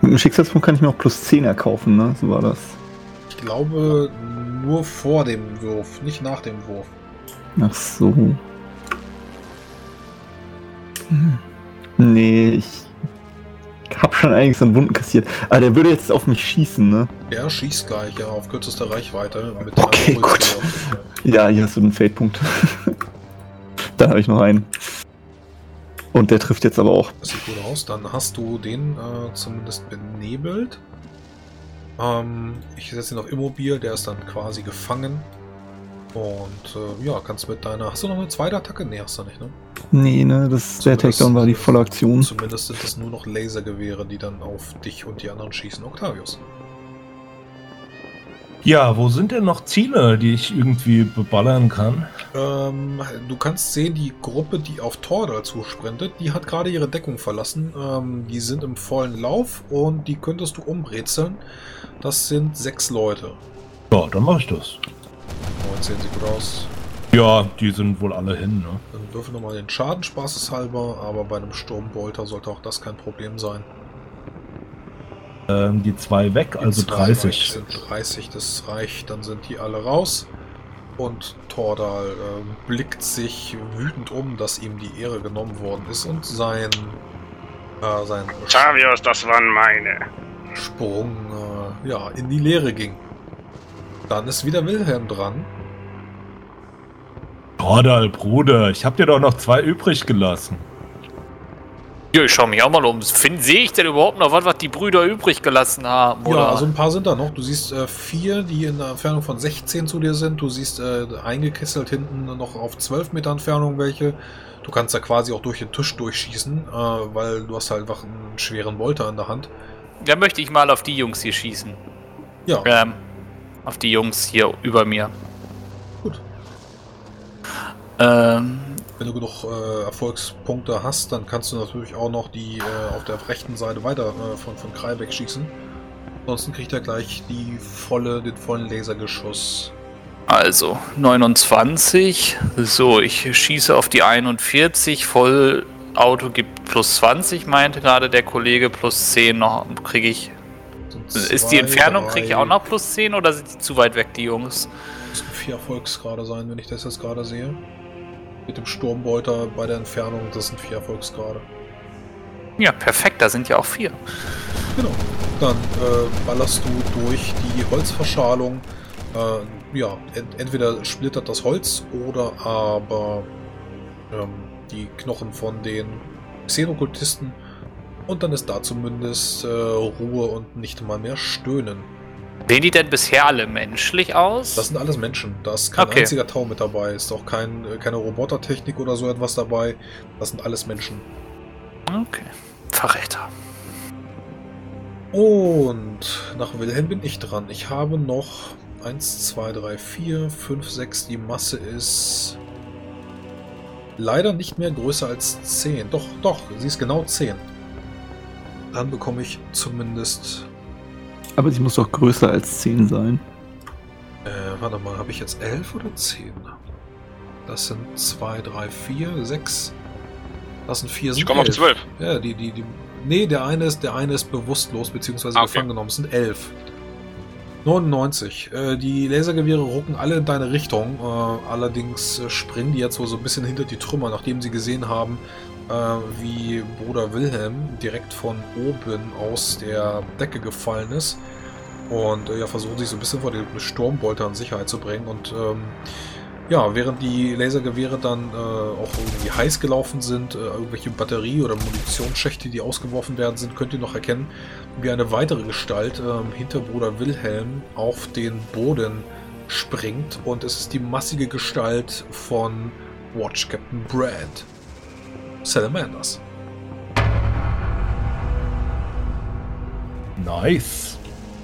Mit dem Schicksalspunkt kann ich mir auch plus zehn erkaufen, ne? So war das. Ich glaube, nur vor dem Wurf, nicht nach dem Wurf. Ach so. Hm. Nee, ich hab schon einiges an Wunden kassiert. Aber der würde jetzt auf mich schießen, ne? Der schießt gleich, ja, auf kürzester Reichweite. Mit Okay, einer gut. Pulswelle. Ja, hier hast du einen Fade-Punkt. Dann habe ich noch einen. Und der trifft jetzt aber auch. Das sieht gut aus. Dann hast du den äh, zumindest benebelt. Ähm, ich setze ihn auf Immobil, der ist dann quasi gefangen. Und äh, ja, kannst mit deiner... Hast du noch eine zweite Attacke? Nee, hast du nicht, ne? Nee, ne, das, der Zumindest- Takedown war die volle Aktion. Zumindest sind es nur noch Lasergewehre, die dann auf dich und die anderen schießen. Octavius. Ja, wo sind denn noch Ziele, die ich irgendwie beballern kann? Ähm, du kannst sehen, die Gruppe, die auf Tordal zusprintet, die hat gerade ihre Deckung verlassen. Ähm, die sind im vollen Lauf und die könntest du umbrezeln. Das sind sechs Leute. Ja, dann mache ich das. neunzehn sieht gut aus. Ja, die sind wohl alle hin, ne? Dann würfel nochmal den Schaden spaßeshalber, aber bei einem Sturmbolter sollte auch das kein Problem sein. Ähm, die zwei weg, also Die zwei dreißig. sind dreißig, das reicht, dann sind die alle raus. Und Tordal ähm, blickt sich wütend um, dass ihm die Ehre genommen worden ist und sein, äh, sein Octavius, das waren meine. Sprung äh, ja, in die Leere ging. Dann ist wieder Wilhelm dran. Tordal, Bruder, ich hab dir doch noch zwei übrig gelassen. Ja, ich schau mich auch mal um. Find- Sehe ich denn überhaupt noch was, was die Brüder übrig gelassen haben? Oder? Ja, also ein paar sind da noch. Du siehst äh, vier, die in einer Entfernung von sechzehn zu dir sind. Du siehst äh, eingekesselt hinten noch auf zwölf Meter Entfernung welche. Du kannst da quasi auch durch den Tisch durchschießen, äh, weil du hast halt einfach einen schweren Bolter in der Hand. Da möchte ich mal auf die Jungs hier schießen. Ja, Ähm, auf die Jungs hier über mir. gut. Ähm, Wenn du genug äh, Erfolgspunkte hast, dann kannst du natürlich auch noch die äh, auf der rechten Seite weiter äh, von, von Kraibeck schießen. Ansonsten kriegt er gleich die volle, den vollen Lasergeschuss. also, neunundzwanzig. So, ich schieße auf die einundvierzig. Vollauto gibt plus zwanzig, meinte gerade der Kollege. Plus zehn noch kriege ich. Sind Ist die zwei, Entfernung, kriege ich drei- auch noch plus zehn oder sind die zu weit weg, die Jungs? Müssen vier Erfolgsgrade sein, wenn ich das jetzt gerade sehe. Mit dem Sturmbolter bei der Entfernung, das sind vier Erfolgsgrade. Ja, perfekt, da sind ja auch vier. Genau. Dann äh, ballerst du durch die Holzverschalung. Äh, ja, ent entweder splittert das Holz oder aber ähm, die Knochen von den Xenokultisten. Und dann ist da zumindest äh, Ruhe und nicht mal mehr Stöhnen. Sehen die denn bisher alle menschlich aus? Das sind alles Menschen. Da ist kein Okay. einziger Tau mit dabei. Ist auch kein, äh, keine Robotertechnik oder so etwas dabei. Das sind alles Menschen. Okay. Verräter. Und nach Wilhelm bin ich dran. Ich habe noch eins, zwei, drei, vier, fünf, sechs. Die Masse ist leider nicht mehr größer als zehn. Doch, doch, sie ist genau zehn. Dann bekomme ich zumindest... Aber sie muss doch größer als zehn sein. Äh, warte mal, habe ich jetzt elf oder zehn? Das sind zwei, drei, vier, sechs. Das sind vier. Ich komme auf zwölf. Ja, die, die, die. Nee, der eine ist, der eine ist bewusstlos bzw. Ah, gefangen okay. genommen. Es sind elf. neunundneunzig. Äh, die Lasergewehre rucken alle in deine Richtung. Äh, allerdings äh, springen die jetzt so so ein bisschen hinter die Trümmer, nachdem sie gesehen haben, äh, wie Bruder Wilhelm direkt von oben aus der Decke gefallen ist. Und äh, ja, versuchen sich so ein bisschen vor den Sturmbolter in Sicherheit zu bringen. Und ähm, ja, während die Lasergewehre dann äh, auch irgendwie heiß gelaufen sind, äh, irgendwelche Batterie- oder Munitionsschächte, die ausgeworfen werden sind, könnt ihr noch erkennen, wie eine weitere Gestalt äh, hinter Bruder Wilhelm auf den Boden springt. Und es ist die massige Gestalt von Watch Captain Brad. Salamanders. Nice.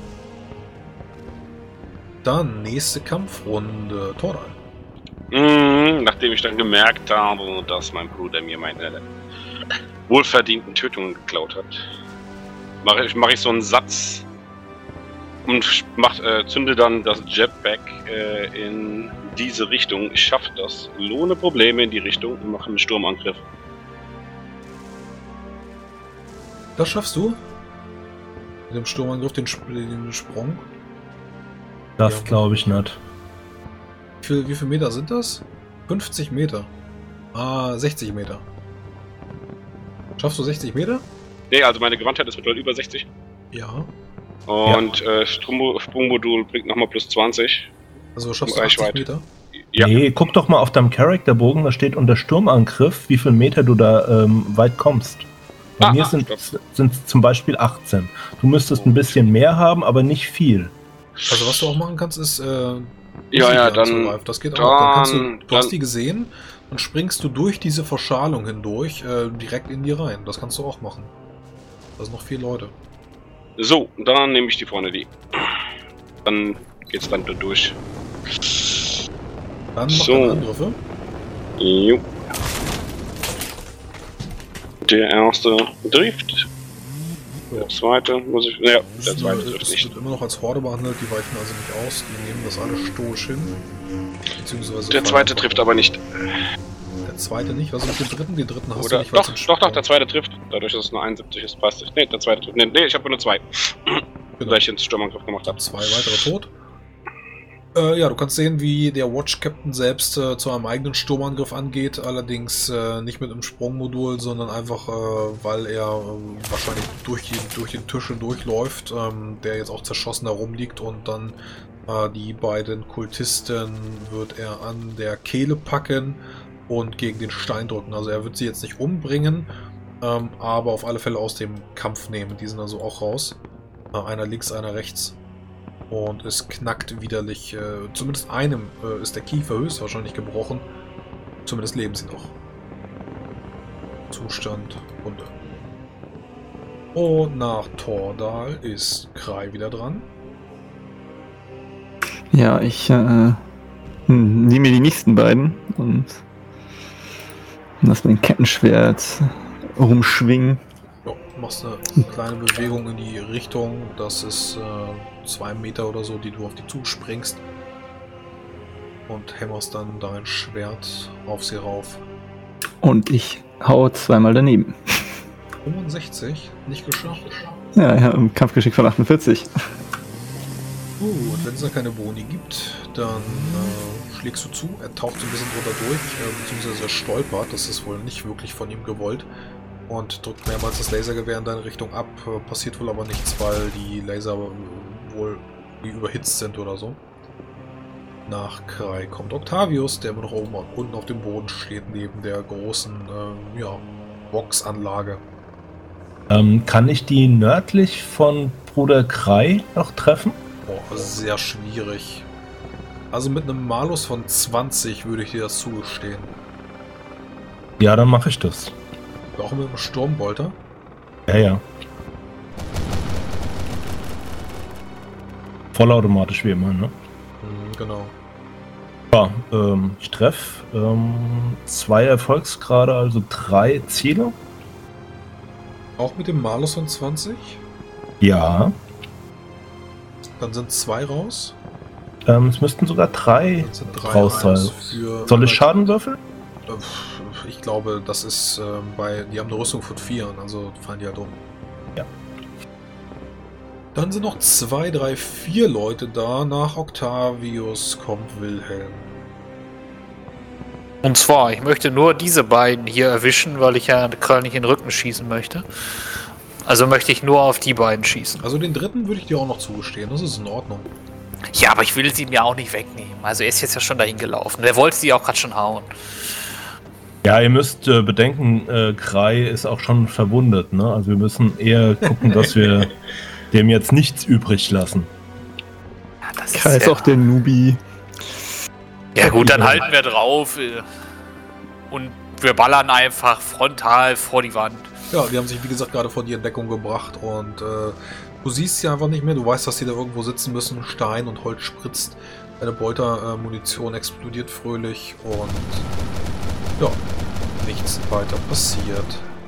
Dann nächste Kampfrunde. Tordal. Mhm, nachdem ich dann gemerkt habe, dass mein Bruder mir meine wohlverdienten Tötungen geklaut hat, mache ich, mach ich so einen Satz und mach, äh, zünde dann das Jetpack äh, in diese Richtung. Ich schaffe das, ohne Probleme in die Richtung und mache einen Sturmangriff. Das schaffst du? Mit dem Sturmangriff den, Sp den Sprung. Das Ja. glaube ich nicht. Wie viel, wie viel Meter sind das? fünfzig Meter. Ah, sechzig Meter. Schaffst du sechzig Meter? Nee, also meine Gewandtheit ist mittlerweile über sechzig. Ja. Und äh, Strom Sprungmodul bringt nochmal plus zwanzig. Also schaffst du Reichweite. achtzig Meter? Ja. Nee, guck doch mal auf deinem Charakterbogen, da steht unter Sturmangriff, wie viel Meter du da ähm, weit kommst. Bei Ah, mir ah, sind stopp. es zum Beispiel achtzehn. Du müsstest ein bisschen mehr haben, aber nicht viel. Also was du auch machen kannst, ist äh, Ja, ja, Musik dann- anzugreifen. Das geht auch. Dann kannst du, dann- du hast dann- die gesehen, dann springst du durch diese Verschalung hindurch äh, direkt in die rein. Das kannst du auch machen. Da sind noch vier Leute. So, dann nehme ich die vorne die. Dann geht's dann da durch. Dann mach So. deine Angriffe. Jo. Der erste trifft. Der zweite muss ich. Ja, der zweite Es trifft nicht. wird immer noch als Horde behandelt, die weichen also nicht aus, die nehmen das alle stoisch hin. Beziehungsweise Der fallen zweite einfach trifft um. aber nicht. Der zweite nicht, was ist mit dem dritten? Den dritten hast du Oder? nicht, weil's Doch, ein doch, doch, Sprung- der zweite trifft. Dadurch, dass es nur einundsiebzig ist, passt es. Nee, der zweite trifft. Nee, nee ich habe nur zwei. Genau. Weil ich den Sturmangriff gemacht habe. Zwei weitere tot. Äh, ja, du kannst sehen, wie der Watch Captain selbst äh, zu einem eigenen Sturmangriff angeht, allerdings äh, nicht mit einem Sprungmodul, sondern einfach, äh, weil er äh, wahrscheinlich durch, die, durch den Tisch durchläuft, ähm, der jetzt auch zerschossen herumliegt, und dann äh, die beiden Kultisten wird er an der Kehle packen und gegen den Stein drücken. Also er wird sie jetzt nicht umbringen, ähm, aber auf alle Fälle aus dem Kampf nehmen. Die sind also auch raus. Äh, einer links, einer rechts. Und es knackt widerlich. Äh, zumindest einem äh, ist der Kiefer höchstwahrscheinlich gebrochen. Zumindest leben sie noch. Zustand Runde. Und nach Tordal ist Krei wieder dran. Ja, ich äh, hm, nehme mir die nächsten beiden und lass mein Kettenschwert rumschwingen. Ja, machst eine kleine Bewegung in die Richtung. Das ist äh, zwei Meter oder so, die du auf die zuspringst. Und hämmerst dann dein Schwert auf sie rauf. Und ich hau zweimal daneben. fünfundsechzig, nicht geschafft. Ja, ja, im Kampfgeschick von achtundvierzig. Gut, wenn es da keine Boni gibt, dann äh, schlägst du zu. Er taucht so ein bisschen drunter durch, äh, beziehungsweise er stolpert. Das ist wohl nicht wirklich von ihm gewollt. Und drückt mehrmals das Lasergewehr in deine Richtung ab. Äh, passiert wohl aber nichts, weil die Laser äh, wohl die überhitzt sind oder so. Nach Krei kommt Octavius, der immer noch oben unten auf dem Boden steht, neben der großen äh, ja, Boxanlage. Ähm, kann ich die nördlich von Bruder Krei noch treffen? Boah, sehr schwierig. Also mit einem Malus von zwanzig würde ich dir das zugestehen. Ja, dann mache ich das. Auch mit einem Sturmbolter. Ja, ja. Vollautomatisch wie immer, ne? Mhm, genau. Ja, ähm, ich treffe ähm, zwei Erfolgsgrade, also drei Ziele. Auch mit dem Malus von zwanzig. Ja. Dann sind zwei raus. Ähm, es müssten sogar drei Dann sind drei raus sein. für. Soll ich Schaden würfeln? Äh, Ich glaube, das ist äh, bei. Die haben eine Rüstung von vieren, also fallen die halt um. Ja. Dann sind noch zwei, drei, vier Leute da. Nach Octavius kommt Wilhelm. Und zwar, ich möchte nur diese beiden hier erwischen, weil ich ja Krall nicht in den Rücken schießen möchte. Also möchte ich nur auf die beiden schießen. Also den dritten würde ich dir auch noch zugestehen, das ist in Ordnung. Ja, aber ich will sie mir auch nicht wegnehmen. Also er ist jetzt ja schon dahin gelaufen. Der wollte sie auch gerade schon hauen. Ja, ihr müsst äh, bedenken, äh, Krei ist auch schon verwundet, ne? Also wir müssen eher gucken, dass wir dem jetzt nichts übrig lassen. Ja, das Krei ist ja, auch der Nubi. ja gut, dann halten wir drauf äh, und wir ballern einfach frontal vor die Wand. Ja, die haben sich wie gesagt gerade vor die Entdeckung gebracht und äh, du siehst sie einfach nicht mehr. Du weißt, dass sie da irgendwo sitzen müssen. Stein und Holz spritzt. Deine Bolter-Munition explodiert fröhlich und ja, nichts weiter passiert.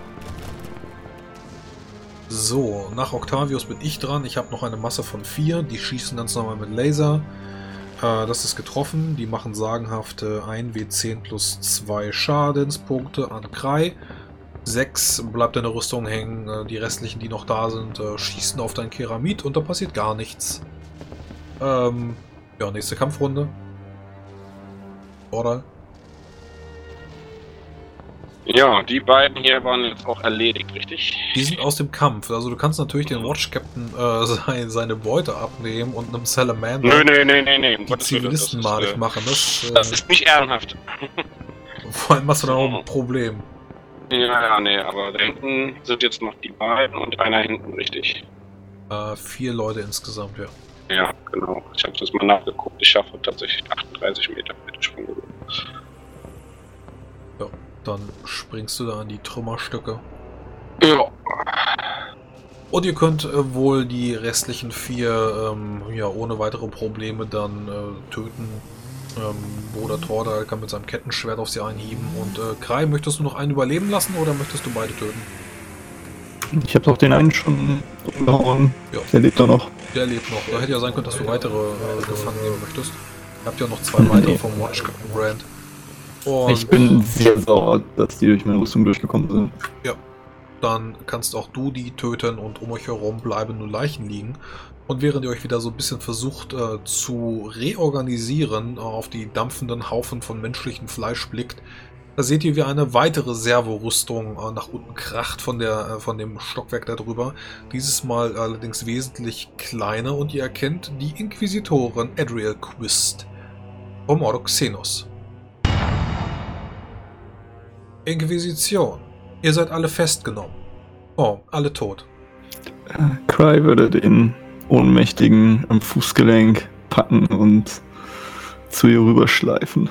So, nach Octavius bin ich dran. Ich habe noch eine Masse von vier. Die schießen ganz normal mit Laser. Äh, das ist getroffen. Die machen sagenhafte ein W zehn plus zwei Schadenspunkte an Krei. Sechs bleibt deine Rüstung hängen. Äh, die restlichen, die noch da sind, äh, schießen auf dein Keramit und da passiert gar nichts. Ähm, ja, nächste Kampfrunde. Oder? Ja, die beiden hier waren jetzt auch erledigt, richtig? Die sind aus dem Kampf. Also du kannst natürlich den Watch Captain äh, seine, seine Beute abnehmen und einem Salamander Nö, nö, nö, nö, nö. Um die Gottes Willen, Zivilisten das ist, malig äh, machen. Das, äh, Das ist nicht ehrenhaft. vor allem hast du dann auch ein Problem. Ja, ja, nee, aber da hinten sind jetzt noch die beiden und einer hinten, richtig. Äh, vier Leute insgesamt, ja. Ja, genau. Ich habe das mal nachgeguckt. Ich schaffe tatsächlich achtunddreißig Meter mit dem Sprung. Ja, dann springst du da an die Trümmerstücke. Ja. Und ihr könnt äh, wohl die restlichen vier ähm, ja, ohne weitere Probleme dann äh, töten. Ähm, Bruder Torda kann mit seinem Kettenschwert auf sie einhieben. Und äh, Krai, möchtest du noch einen überleben lassen oder möchtest du beide töten? Ich habe doch den einen schon umgehauen. Ja. Der lebt doch noch. Der lebt noch. Da hätte ja sein können, dass du weitere äh, gefangen nehmen möchtest. Ihr habt ja noch zwei Nee. weitere vom Watch Captain Brand. Und Ich bin sehr sauer, dass die durch meine Rüstung durchgekommen sind. dann kannst auch du die töten und um euch herum bleiben nur Leichen liegen. Und während ihr euch wieder so ein bisschen versucht äh, zu reorganisieren, äh, auf die dampfenden Haufen von menschlichem Fleisch blickt, da seht ihr, wie eine weitere Servorüstung äh, nach unten kracht von, der, äh, von dem Stockwerk da drüber. Dieses Mal allerdings wesentlich kleiner und ihr erkennt die Inquisitorin Adriel Quist vom Ordo Xenos. Inquisition. Ihr seid alle festgenommen. Oh, alle tot. Cry würde den Ohnmächtigen am Fußgelenk packen und zu ihr rüberschleifen.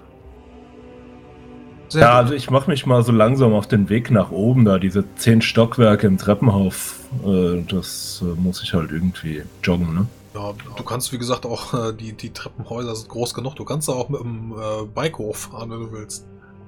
Sehr Ja, gut. also ich mache mich mal so langsam auf den Weg nach oben, da diese zehn Stockwerke im Treppenhaus, äh, das äh, muss ich halt irgendwie joggen, ne? Ja, du kannst, wie gesagt, auch äh, die, die Treppenhäuser sind groß genug. Du kannst da auch mit dem äh, Bike hochfahren, wenn du willst.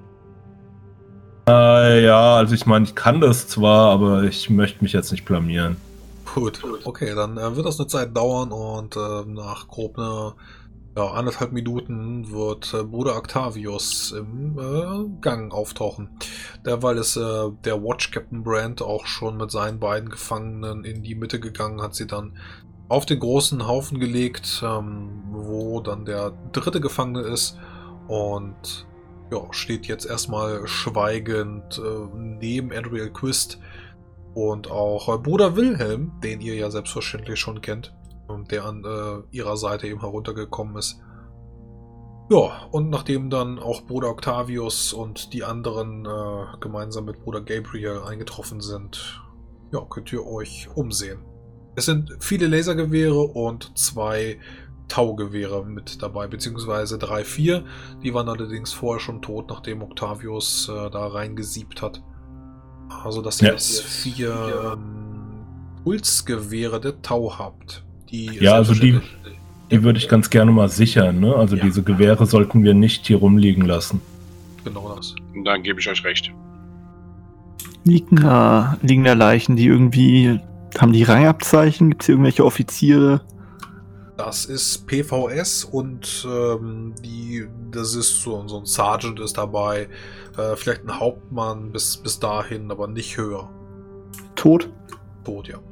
Äh, ja, also ich meine, ich kann das zwar, aber ich möchte mich jetzt nicht blamieren. Gut, okay, dann äh, wird das eine Zeit dauern und äh, nach grob eine, ja, anderthalb Minuten wird äh, Bruder Octavius im äh, Gang auftauchen. Derweil ist äh, der Watch Captain Brand auch schon mit seinen beiden Gefangenen in die Mitte gegangen, hat sie dann auf den großen Haufen gelegt, ähm, wo dann der dritte Gefangene ist und ja, steht jetzt erstmal schweigend äh, neben Adriel Quist und auch äh, Bruder Wilhelm, den ihr ja selbstverständlich schon kennt und der an äh, ihrer Seite eben heruntergekommen ist. Ja, und nachdem dann auch Bruder Octavius und die anderen äh, gemeinsam mit Bruder Gabriel eingetroffen sind, ja, könnt ihr euch umsehen. Es sind viele Lasergewehre und zwei Taugewehre mit dabei, beziehungsweise drei, vier. Die waren allerdings vorher schon tot, nachdem Octavius äh, da reingesiebt hat. Also, dass ihr Ja. jetzt vier ähm, Pulsgewehre der Tau habt. Die Ja, also die, selbstverständlich- die würde ich ganz gerne mal sichern, ne? Also Ja. diese Gewehre sollten wir nicht hier rumliegen lassen. Genau das. Da gebe ich euch recht. Liegen da, liegen da Leichen, die irgendwie. Haben die Rangabzeichen? Gibt es hier irgendwelche Offiziere? Das ist P V S und ähm, die, das ist so, so ein Sergeant ist dabei, äh, vielleicht ein Hauptmann bis, bis dahin, aber nicht höher. Tot? Tot, ja.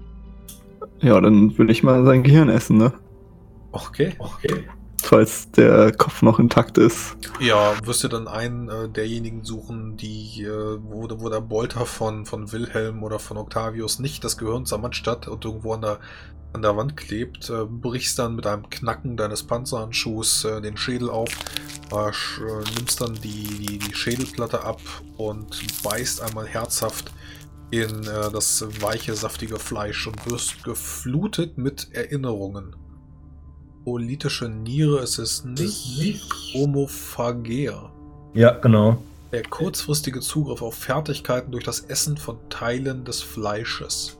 Ja, dann will ich mal sein Gehirn essen, ne? Okay. Okay. Falls der Kopf noch intakt ist. Ja, wirst du dann einen äh, derjenigen suchen, die, äh, wo, wo der Bolter von, von Wilhelm oder von Octavius nicht das Gehirn zermatscht hat und irgendwo an der, an der Wand klebt, äh, brichst dann mit einem Knacken deines Panzerhandschuhs äh, den Schädel auf, äh, sch, äh, nimmst dann die, die, die Schädelplatte ab und beißt einmal herzhaft in äh, das weiche, saftige Fleisch und wirst geflutet mit Erinnerungen. Politische Niere ist es nicht. Homophagea. Ja, genau. Der kurzfristige Zugriff auf Fertigkeiten durch das Essen von Teilen des Fleisches.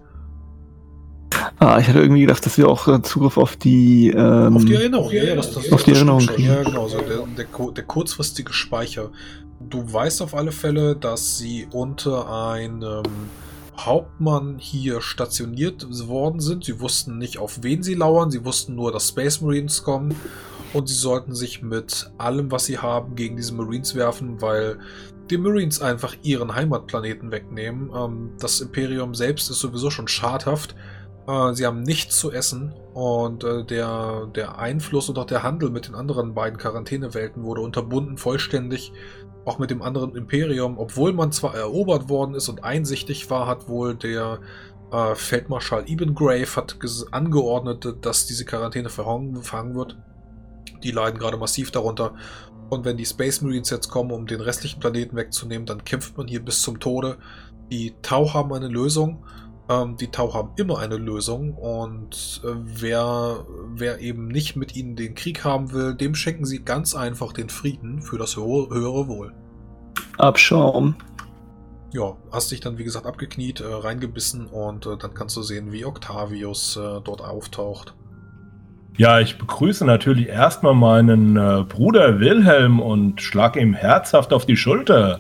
Ah, ich hatte irgendwie gedacht, dass wir auch äh, Zugriff auf die. Ähm, Auf die Erinnerung. Ja, das, das, auf die das stimmt Erinnerung schon. kriegen. Ja, genau. So der, der, ku- der kurzfristige Speicher. Du weißt auf alle Fälle, dass sie unter einem Hauptmann hier stationiert worden sind. Sie wussten nicht, auf wen sie lauern. Sie wussten nur, dass Space Marines kommen. Und sie sollten sich mit allem, was sie haben, gegen diese Marines werfen, weil die Marines einfach ihren Heimatplaneten wegnehmen. Ähm, das Imperium selbst ist sowieso schon schadhaft. Äh, sie haben nichts zu essen und äh, der, der Einfluss und auch der Handel mit den anderen beiden Quarantänewelten wurde unterbunden vollständig. Auch mit dem anderen Imperium, obwohl man zwar erobert worden ist und einsichtig war, hat wohl der äh, Feldmarschall Ebengrave hat angeordnet, dass diese Quarantäne verhangen wird. Die leiden gerade massiv darunter. Und wenn die Space Marines jetzt kommen, um den restlichen Planeten wegzunehmen, dann kämpft man hier bis zum Tode. Die Tau haben eine Lösung. Ähm, die Tau haben immer eine Lösung. Und äh, wer, wer eben nicht mit ihnen den Krieg haben will, dem schenken sie ganz einfach den Frieden für das ho- höhere Wohl. Abschaum. Ja, hast dich dann wie gesagt abgekniet, äh, reingebissen und äh, dann kannst du sehen, wie Octavius äh, dort auftaucht. Ja, ich begrüße natürlich erstmal meinen äh, Bruder Wilhelm und schlage ihm herzhaft auf die Schulter.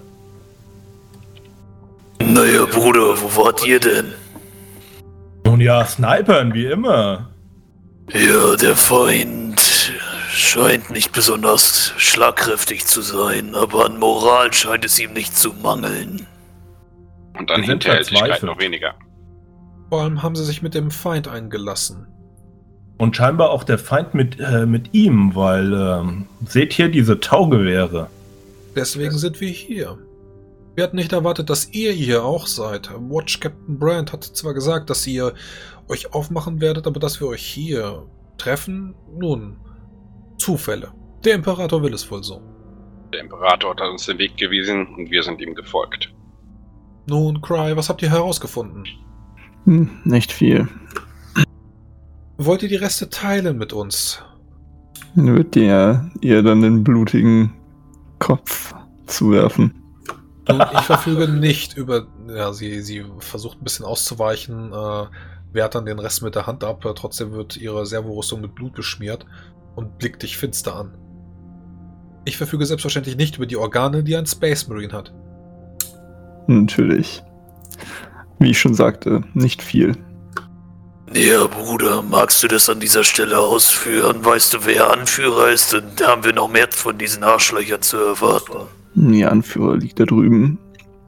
Naja, Bruder, wo wart ihr denn? Nun ja, snipern wie immer. Ja, der Feind scheint nicht besonders schlagkräftig zu sein, aber an Moral scheint es ihm nicht zu mangeln. Und an Wir sind Hinterhältigkeit verzweifelt. noch weniger. Vor allem haben sie sich mit dem Feind eingelassen. Und scheinbar auch der Feind mit, äh, mit ihm, weil, ähm, seht hier diese Taugewehre. Deswegen sind wir hier. Wir hatten nicht erwartet, dass ihr hier auch seid. Watch Captain Brand hat zwar gesagt, dass ihr euch aufmachen werdet, aber dass wir euch hier treffen, nun, Zufälle. Der Imperator will es wohl so. Der Imperator hat uns den Weg gewiesen und wir sind ihm gefolgt. Nun, Cry, was habt ihr herausgefunden? Hm, nicht viel. Wollt ihr die Reste teilen mit uns? Wird ihr ihr dann den blutigen Kopf zuwerfen? Nun, ich verfüge nicht über... Ja, sie, sie versucht ein bisschen auszuweichen, äh, wehrt dann den Rest mit der Hand ab, trotzdem wird ihre Servorüstung mit Blut beschmiert und blickt dich finster an. Ich verfüge selbstverständlich nicht über die Organe, die ein Space Marine hat. Natürlich. Wie ich schon sagte, nicht viel. Ja, Bruder, magst du das an dieser Stelle ausführen? Weißt du, wer Anführer ist? Dann haben wir noch mehr von diesen Arschlöchern zu erwarten. Ihr Anführer liegt da drüben.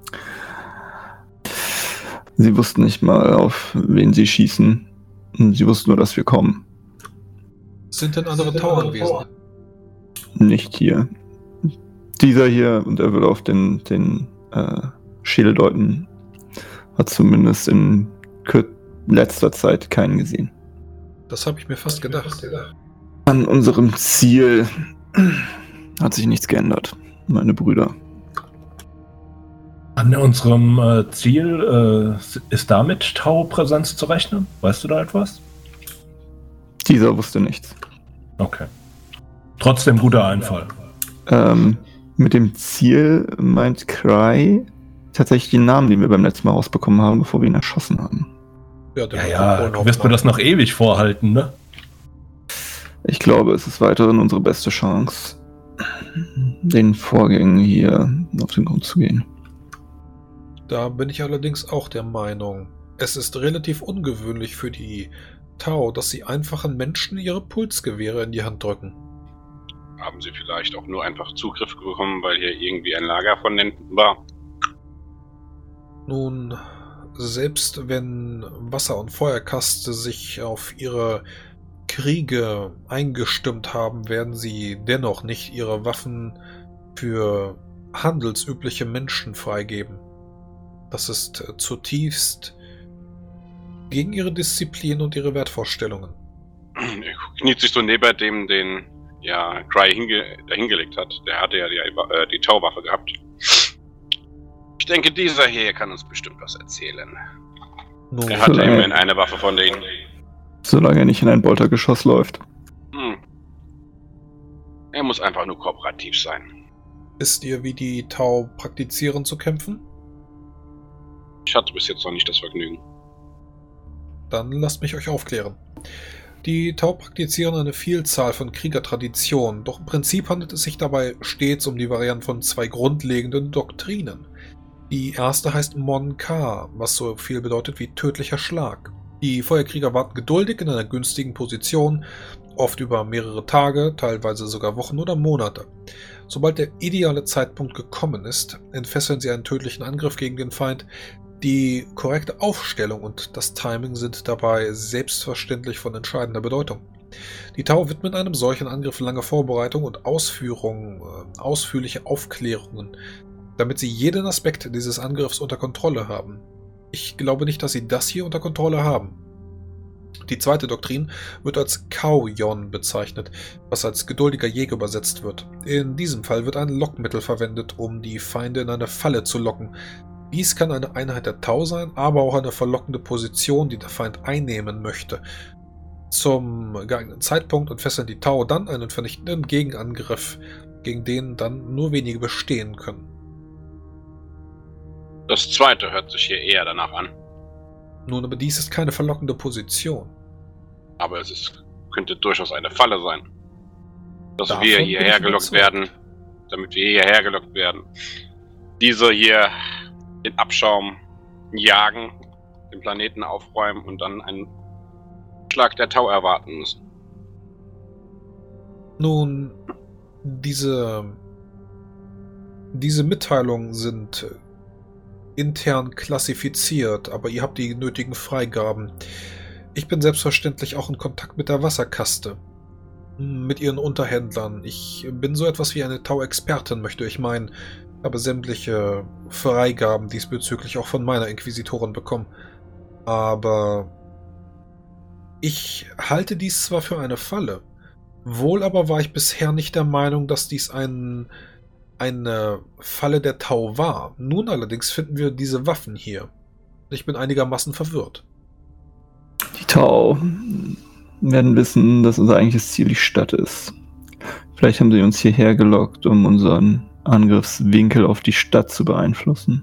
Sie wussten nicht mal, auf wen sie schießen. Sie wussten nur, dass wir kommen. Sind denn andere Tau anwesend? Nicht hier. Dieser hier, und er würde auf den, den äh, Schädel deuten, hat zumindest in kür- letzter Zeit keinen gesehen. Das habe ich mir fast gedacht. An unserem Ziel hat sich nichts geändert, meine Brüder. An unserem äh, Ziel äh, ist damit Tau-Präsenz zu rechnen? Weißt du da etwas? Dieser wusste nichts. Okay. Trotzdem guter Einfall. Ähm, mit dem Ziel meint Cry tatsächlich den Namen, den wir beim letzten Mal rausbekommen haben, bevor wir ihn erschossen haben. Ja, der Ja, ja, Kohlenhaufen du wirst mir das noch ewig vorhalten, ne? Ich glaube, es ist weiterhin unsere beste Chance, den Vorgängen hier auf den Grund zu gehen. Da bin ich allerdings auch der Meinung. Es ist relativ ungewöhnlich für die Tau, dass sie einfachen Menschen ihre Pulsgewehre in die Hand drücken. Haben sie vielleicht auch nur einfach Zugriff bekommen, weil hier irgendwie ein Lager von denen war? Nun, selbst wenn Wasser- und Feuerkaste sich auf ihre Kriege eingestimmt haben, werden sie dennoch nicht ihre Waffen für handelsübliche Menschen freigeben. Das ist zutiefst gegen ihre Disziplin und ihre Wertvorstellungen. Er kniet sich so neben dem, den ja Cry hinge dahingelegt hat. Der hatte ja die, äh, die Tauwaffe gehabt. Ich denke, dieser hier kann uns bestimmt was erzählen. Nun, Er hatte Solange- immerhin eine Waffe von denen. Solange er nicht in ein Boltergeschoss läuft. Hm. Er muss einfach nur kooperativ sein. wisst ihr, wie die Tau praktizieren zu kämpfen? Ich hatte bis jetzt noch nicht das Vergnügen. Dann lasst mich euch aufklären. Die Tau praktizieren eine Vielzahl von Kriegertraditionen, doch im Prinzip handelt es sich dabei stets um die Variante von zwei grundlegenden Doktrinen. Die erste heißt Mon Ka, was so viel bedeutet wie tödlicher Schlag. Die Feuerkrieger warten geduldig in einer günstigen Position, oft über mehrere Tage, teilweise sogar Wochen oder Monate. Sobald der ideale Zeitpunkt gekommen ist, entfesseln sie einen tödlichen Angriff gegen den Feind. Die korrekte Aufstellung und das Timing sind dabei selbstverständlich von entscheidender Bedeutung. Die Tau widmen einem solchen Angriff lange Vorbereitung und Ausführung, äh, ausführliche Aufklärungen, damit sie jeden Aspekt dieses Angriffs unter Kontrolle haben. Ich glaube nicht, dass sie das hier unter Kontrolle haben. Die zweite Doktrin wird als Kauyon bezeichnet, was als geduldiger Jäger übersetzt wird. In diesem Fall wird ein Lockmittel verwendet, um die Feinde in eine Falle zu locken. Dies kann eine Einheit der Tau sein, aber auch eine verlockende Position, die der Feind einnehmen möchte. Zum geeigneten Zeitpunkt entfesseln die Tau dann einen vernichtenden Gegenangriff, gegen den dann nur wenige bestehen können. Das zweite hört sich hier eher danach an. Nun, aber dies ist keine verlockende Position. Aber es ist, könnte durchaus eine Falle sein. Dass Davon wir bin hierher ich gelockt überzeugt. werden, damit wir hierher gelockt werden. Diese hier den Abschaum jagen, den Planeten aufräumen und dann einen Schlag der Tau erwarten müssen. Nun, diese, diese Mitteilungen sind intern klassifiziert, aber ihr habt die nötigen Freigaben. Ich bin selbstverständlich auch in Kontakt mit der Wasserkaste, mit ihren Unterhändlern. Ich bin so etwas wie eine Tau-Expertin, möchte ich meinen. Habe sämtliche Freigaben diesbezüglich auch von meiner Inquisitorin bekommen. Aber ich halte dies zwar für eine Falle, wohl aber war ich bisher nicht der Meinung, dass dies ein, eine Falle der Tau war. Nun allerdings finden wir diese Waffen hier. Ich bin einigermaßen verwirrt. Die Tau werden wissen, dass unser eigentliches Ziel die Stadt ist. Vielleicht haben sie uns hierher gelockt, um unseren Angriffswinkel auf die Stadt zu beeinflussen.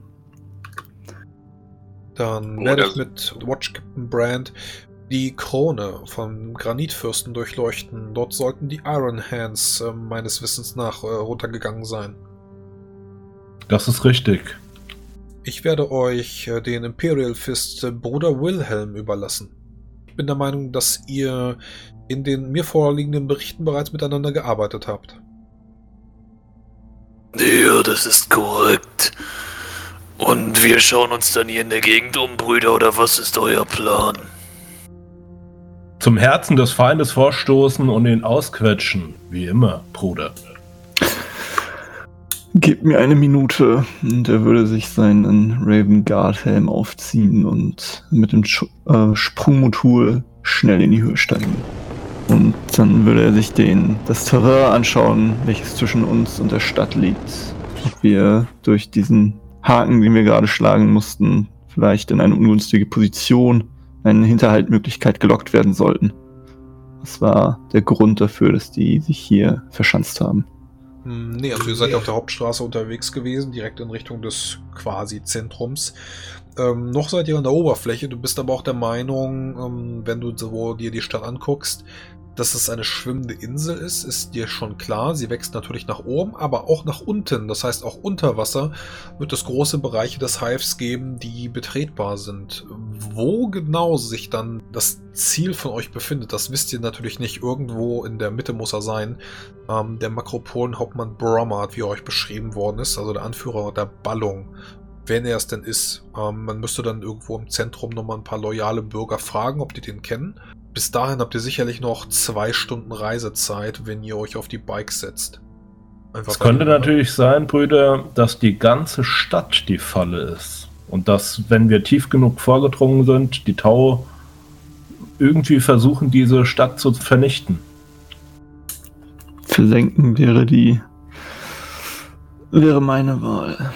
Dann Oh, werde das- ich mit Watch Captain Brand die Krone vom Granitfürsten durchleuchten. Dort sollten die Iron Hands äh, meines Wissens nach äh, runtergegangen sein. Das ist richtig. Ich werde euch äh, den Imperial Fist äh, Bruder Wilhelm überlassen. Ich bin der Meinung, dass ihr in den mir vorliegenden Berichten bereits miteinander gearbeitet habt. Ja, das ist korrekt. Und wir schauen uns dann hier in der Gegend um, Brüder, oder was ist euer Plan? Zum Herzen des Feindes vorstoßen und ihn ausquetschen. Wie immer, Bruder. Gebt mir eine Minute und er würde sich seinen Raven Guard Helm aufziehen und mit dem Sch- äh, Sprungmodul schnell in die Höhe steigen. Und dann würde er sich den, das Terrain anschauen, welches zwischen uns und der Stadt liegt. Ob wir durch diesen Haken, den wir gerade schlagen mussten, vielleicht in eine ungünstige Position, eine Hinterhaltmöglichkeit gelockt werden sollten. Das war der Grund dafür, dass die sich hier verschanzt haben. Hm, Nee, also ihr seid ja auf der Hauptstraße unterwegs gewesen, direkt in Richtung des quasi Zentrums. Ähm, noch seid ihr an der Oberfläche, du bist aber auch der Meinung, ähm, wenn du so dir die Stadt anguckst, dass es eine schwimmende Insel ist, ist dir schon klar. Sie wächst natürlich nach oben, aber auch nach unten. Das heißt, auch unter Wasser wird es große Bereiche des Hives geben, die betretbar sind. Wo genau sich dann das Ziel von euch befindet, das wisst ihr natürlich nicht. Irgendwo in der Mitte muss er sein. Ähm, der Makropolenhauptmann Bromard, wie er euch beschrieben worden ist, also der Anführer der Ballung. Wenn er es denn ist. Ähm, man müsste dann irgendwo im Zentrum nochmal ein paar loyale Bürger fragen, ob die den kennen. Bis dahin habt ihr sicherlich noch zwei Stunden Reisezeit, wenn ihr euch auf die Bikes setzt. Einfach Es könnte weil- natürlich sein, Brüder, dass die ganze Stadt die Falle ist. Und dass, wenn wir tief genug vorgedrungen sind, die Tau irgendwie versuchen, diese Stadt zu vernichten. Versenken wäre die, wäre meine Wahl.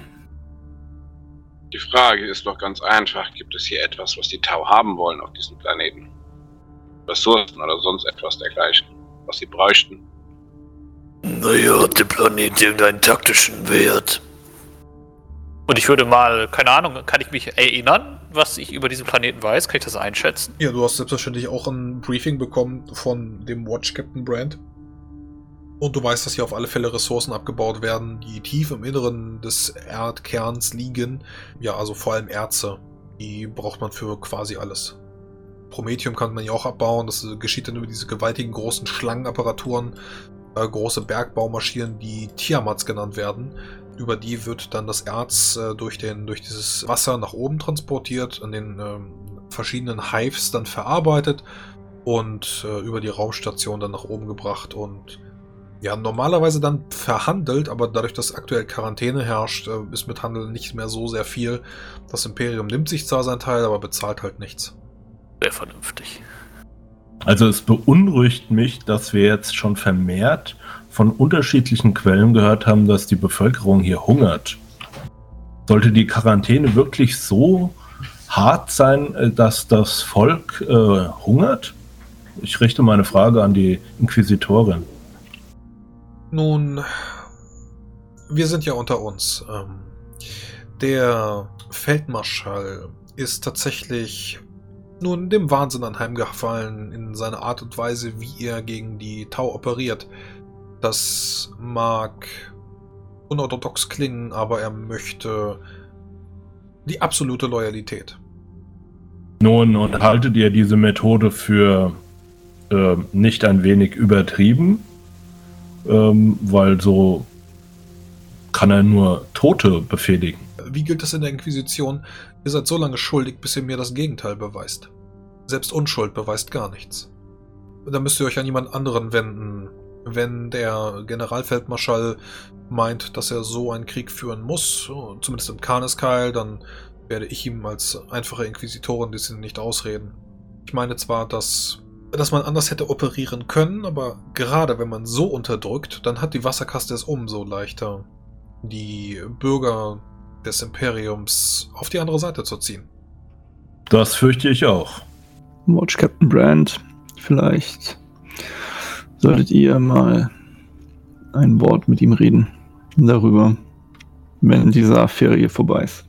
Die Frage ist doch ganz einfach, gibt es hier etwas, was die Tau haben wollen auf diesem Planeten? Ressourcen oder sonst etwas dergleichen, was sie bräuchten? Naja, hat der Planet irgendeinen taktischen Wert? Und ich würde mal, keine Ahnung, kann ich mich erinnern, was ich über diesen Planeten weiß? Kann ich das einschätzen? Ja, du hast selbstverständlich auch ein Briefing bekommen von dem Watch Captain Brand. Und du weißt, dass hier auf alle Fälle Ressourcen abgebaut werden, die tief im Inneren des Erdkerns liegen. Ja, also vor allem Erze. Die braucht man für quasi alles. Promethium kann man ja auch abbauen. Das geschieht dann über diese gewaltigen großen Schlangenapparaturen. äh, große Bergbaumaschinen, die Tiamats genannt werden. Über die wird dann das Erz äh, durch, den, durch dieses Wasser nach oben transportiert, an den äh, verschiedenen Hives dann verarbeitet und äh, über die Raumstation dann nach oben gebracht und ja, normalerweise dann verhandelt, aber dadurch, dass aktuell Quarantäne herrscht, äh, ist mit Handel nicht mehr so sehr viel. Das Imperium nimmt sich zwar seinen Teil, aber bezahlt halt nichts. Sehr vernünftig. Also es beunruhigt mich, dass wir jetzt schon vermehrt von unterschiedlichen Quellen gehört haben, dass die Bevölkerung hier hungert. Sollte die Quarantäne wirklich so hart sein, dass das Volk äh, hungert? Ich richte meine Frage an die Inquisitorin. Nun, wir sind ja unter uns. Ähm, der Feldmarschall ist tatsächlich nun dem Wahnsinn anheimgefallen in seiner Art und Weise, wie er gegen die Tau operiert. Das mag unorthodox klingen, aber er möchte die absolute Loyalität. Nun, und haltet ihr diese Methode für äh, nicht ein wenig übertrieben? Ähm, weil so kann er nur Tote befehligen. Wie gilt das in der Inquisition? Ihr seid so lange schuldig, bis ihr mir das Gegenteil beweist. Selbst Unschuld beweist gar nichts. Da müsst ihr euch an jemand anderen wenden. Wenn der Generalfeldmarschall meint, dass er so einen Krieg führen muss, zumindest im Karneskeil, dann werde ich ihm als einfache Inquisitorin das nicht ausreden. Ich meine zwar, dass, dass man anders hätte operieren können, aber gerade wenn man so unterdrückt, dann hat die Wasserkaste es umso leichter, die Bürger des Imperiums auf die andere Seite zu ziehen. Das fürchte ich auch. Watch Captain Brand, vielleicht solltet ihr mal ein Wort mit ihm reden darüber, wenn diese Affäre hier vorbei ist.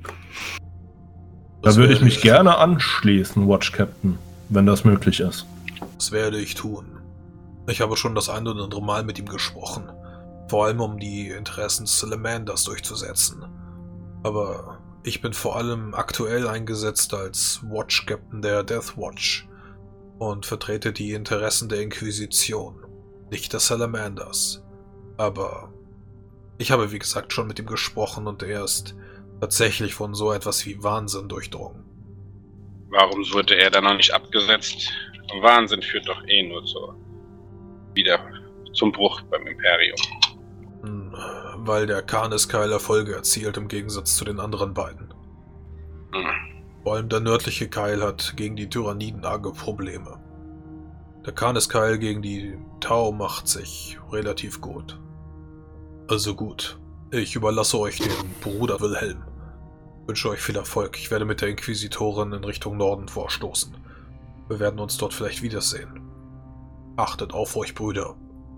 Da würde ich mich gerne anschließen, Watch Captain, wenn das möglich ist. Das werde ich tun. Ich habe schon das ein oder andere Mal mit ihm gesprochen, vor allem um die Interessen Salamanders durchzusetzen. Aber ich bin vor allem aktuell eingesetzt als Watch Captain der Death Watch und vertrete die Interessen der Inquisition, nicht der Salamanders. Aber ich habe wie gesagt schon mit ihm gesprochen und er ist tatsächlich von so etwas wie Wahnsinn durchdrungen. Warum wurde er dann noch nicht abgesetzt? Wahnsinn führt doch eh nur zur, wieder zum Bruch beim Imperium. Weil der Karneskeil Erfolge erzielt im Gegensatz zu den anderen beiden. Hm. Vor allem der nördliche Keil hat gegen die Tyranniden arge Probleme. Der Karneskeil gegen die Tau macht sich relativ gut. Also gut, ich überlasse euch den Bruder Wilhelm. Wünsche euch viel Erfolg. Ich werde mit der Inquisitorin in Richtung Norden vorstoßen. Wir werden uns dort vielleicht wiedersehen. Achtet auf euch, Brüder.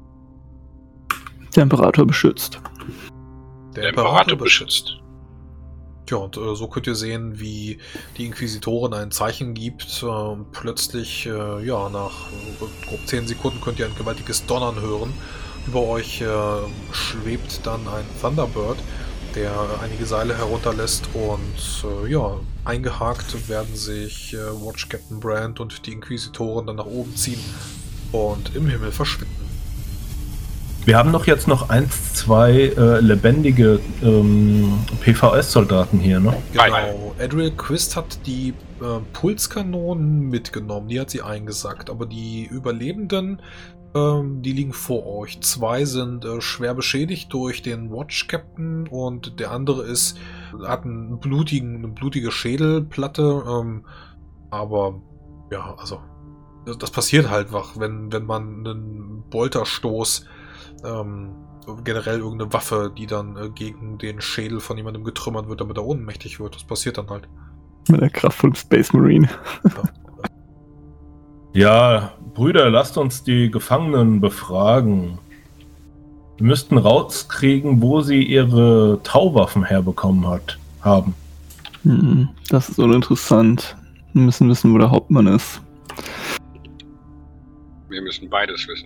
Der Imperator beschützt. Der, der Imperator, Imperator beschützt. Ja, und äh, so könnt ihr sehen, wie die Inquisitorin ein Zeichen gibt. Äh, plötzlich, äh, ja, nach äh, grob zehn Sekunden könnt ihr ein gewaltiges Donnern hören. Über euch äh, schwebt dann ein Thunderbird, der einige Seile herunterlässt und äh, ja, eingehakt werden sich äh, Watch Captain Brand und die Inquisitoren dann nach oben ziehen und im Himmel verschwinden. Wir haben doch jetzt noch eins, zwei äh, lebendige ähm, P V S-Soldaten hier, ne? Genau. Adriel Quist hat die äh, Pulskanonen mitgenommen, die hat sie eingesackt, aber die Überlebenden, ähm, die liegen vor euch. Zwei sind äh, schwer beschädigt durch den Watch Captain und der andere ist, hat einen blutigen, eine blutige Schädelplatte, ähm, aber ja, also das passiert halt einfach, wenn, wenn man einen Bolterstoß Ähm, generell irgendeine Waffe, die dann äh, gegen den Schädel von jemandem getrümmert wird, damit er ohnmächtig wird. Das passiert dann halt. Mit der Kraft von Space Marine. Ja, Brüder, lasst uns die Gefangenen befragen. Wir müssten rauskriegen, wo sie ihre Tauwaffen herbekommen hat, haben. Hm, das ist uninteressant. Wir müssen wissen, wo der Hauptmann ist. Wir müssen beides wissen.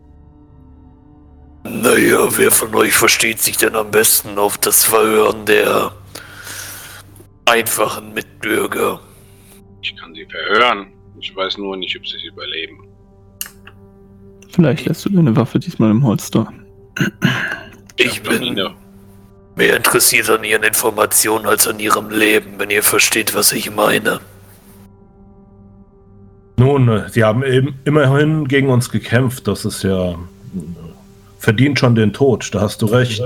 Naja, wer von euch versteht sich denn am besten auf das Verhören der einfachen Mitbürger? Ich kann sie verhören. Ich weiß nur nicht, ob sie es überleben. Vielleicht lässt du deine Waffe diesmal im Holster. Ich bin mehr interessiert an Ihren Informationen als an Ihrem Leben, wenn ihr versteht, was ich meine. Nun, Sie haben eben immerhin gegen uns gekämpft. Das ist ja... verdient schon den Tod, da hast du recht.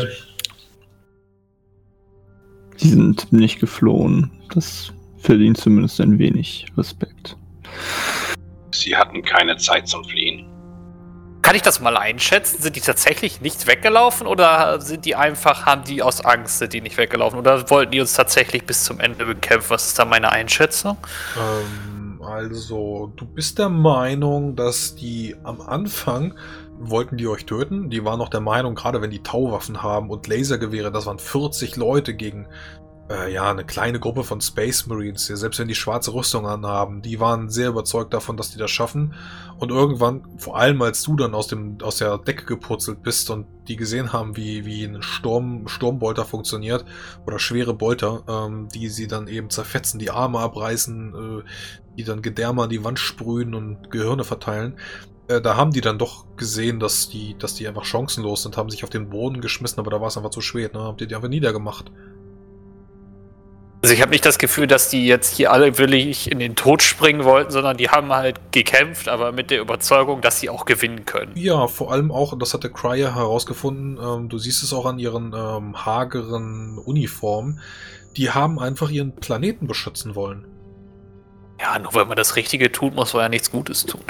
Sie sind nicht geflohen. Das verdient zumindest ein wenig Respekt. Sie hatten keine Zeit zum Fliehen. Kann ich das mal einschätzen? Sind die tatsächlich nicht weggelaufen oder sind die einfach, haben die aus Angst, sind die nicht weggelaufen? Oder wollten die uns tatsächlich bis zum Ende bekämpfen? Was ist da meine Einschätzung? Ähm, also, du bist der Meinung, dass die am Anfang wollten die euch töten? Die waren noch der Meinung, gerade wenn die Tauwaffen haben und Lasergewehre, das waren vierzig Leute gegen äh, ja, eine kleine Gruppe von Space Marines, ja, selbst wenn die schwarze Rüstung anhaben, die waren sehr überzeugt davon, dass die das schaffen. Und irgendwann, vor allem als du dann aus dem aus der Decke gepurzelt bist und die gesehen haben, wie, wie ein Sturm, Sturmbolter funktioniert, oder schwere Bolter, ähm, die sie dann eben zerfetzen, die Arme abreißen, äh, die dann Gedärme an die Wand sprühen und Gehirne verteilen. Äh, da haben die dann doch gesehen, dass die, dass die einfach chancenlos sind, haben sich auf den Boden geschmissen, aber da war es einfach zu spät, ne? Habt ihr die einfach niedergemacht. Also ich habe nicht das Gefühl, dass die jetzt hier alle willig in den Tod springen wollten, sondern die haben halt gekämpft, aber mit der Überzeugung, dass sie auch gewinnen können. Ja, vor allem auch, das hat der Cryer herausgefunden, ähm, du siehst es auch an ihren ähm, hageren Uniformen, die haben einfach ihren Planeten beschützen wollen. Ja, nur weil man das Richtige tut, muss man ja nichts Gutes tun.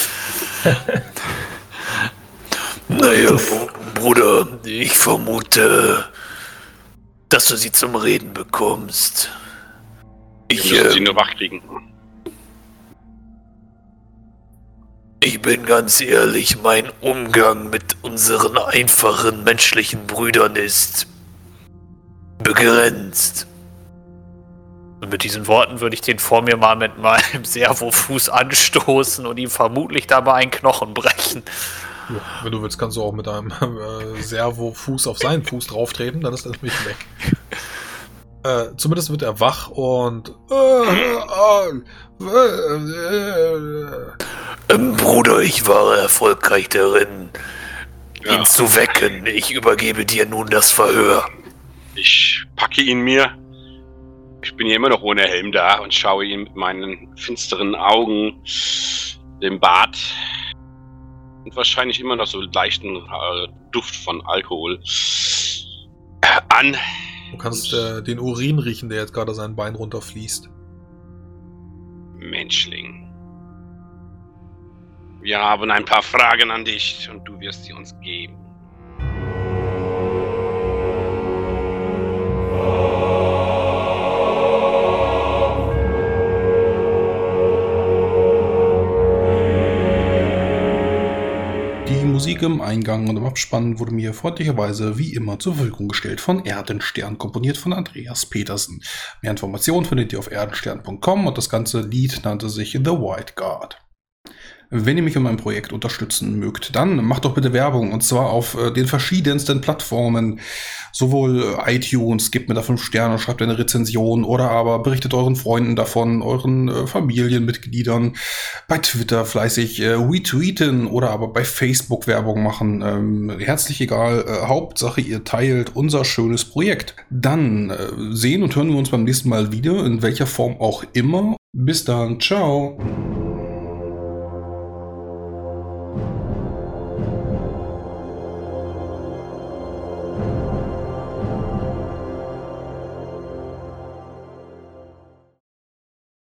Naja, Bruder, ich vermute, dass du sie zum Reden bekommst. Ich, Wir müssen äh, sie nur wach kriegen. ich bin ganz ehrlich, mein Umgang mit unseren einfachen menschlichen Brüdern ist begrenzt. Und mit diesen Worten würde ich den vor mir mal mit meinem Servofuß anstoßen und ihm vermutlich dabei einen Knochen brechen. Ja, wenn du willst, kannst du auch mit einem äh, Servofuß auf seinen Fuß drauftreten, dann ist er nämlich weg. Äh, zumindest wird er wach und... Ähm, Bruder, ich war erfolgreich darin, Ja. ihn zu wecken. Ich übergebe dir nun das Verhör. Ich packe ihn mir. Ich bin ja immer noch ohne Helm da und schaue ihm mit meinen finsteren Augen den Bart und wahrscheinlich immer noch so leichten äh, Duft von Alkohol äh, an. Du kannst äh, den Urin riechen, der jetzt gerade sein Bein runterfließt. Menschling. Wir haben ein paar Fragen an dich und du wirst sie uns geben. Die Musik im Eingang und im Abspann wurde mir freundlicherweise wie immer zur Verfügung gestellt von Erdenstern, komponiert von Andreas Petersen. Mehr Informationen findet ihr auf erdenstern punkt com und das ganze Lied nannte sich The White Guard. Wenn ihr mich in meinem Projekt unterstützen mögt, dann macht doch bitte Werbung, und zwar auf äh, den verschiedensten Plattformen, sowohl äh, iTunes, gebt mir da fünf Sterne, schreibt eine Rezension oder aber berichtet euren Freunden davon, euren äh, Familienmitgliedern, bei Twitter fleißig äh, retweeten oder aber bei Facebook Werbung machen, ähm, herzlich egal, äh, Hauptsache ihr teilt unser schönes Projekt. Dann äh, sehen und hören wir uns beim nächsten Mal wieder, in welcher Form auch immer. Bis dann, ciao!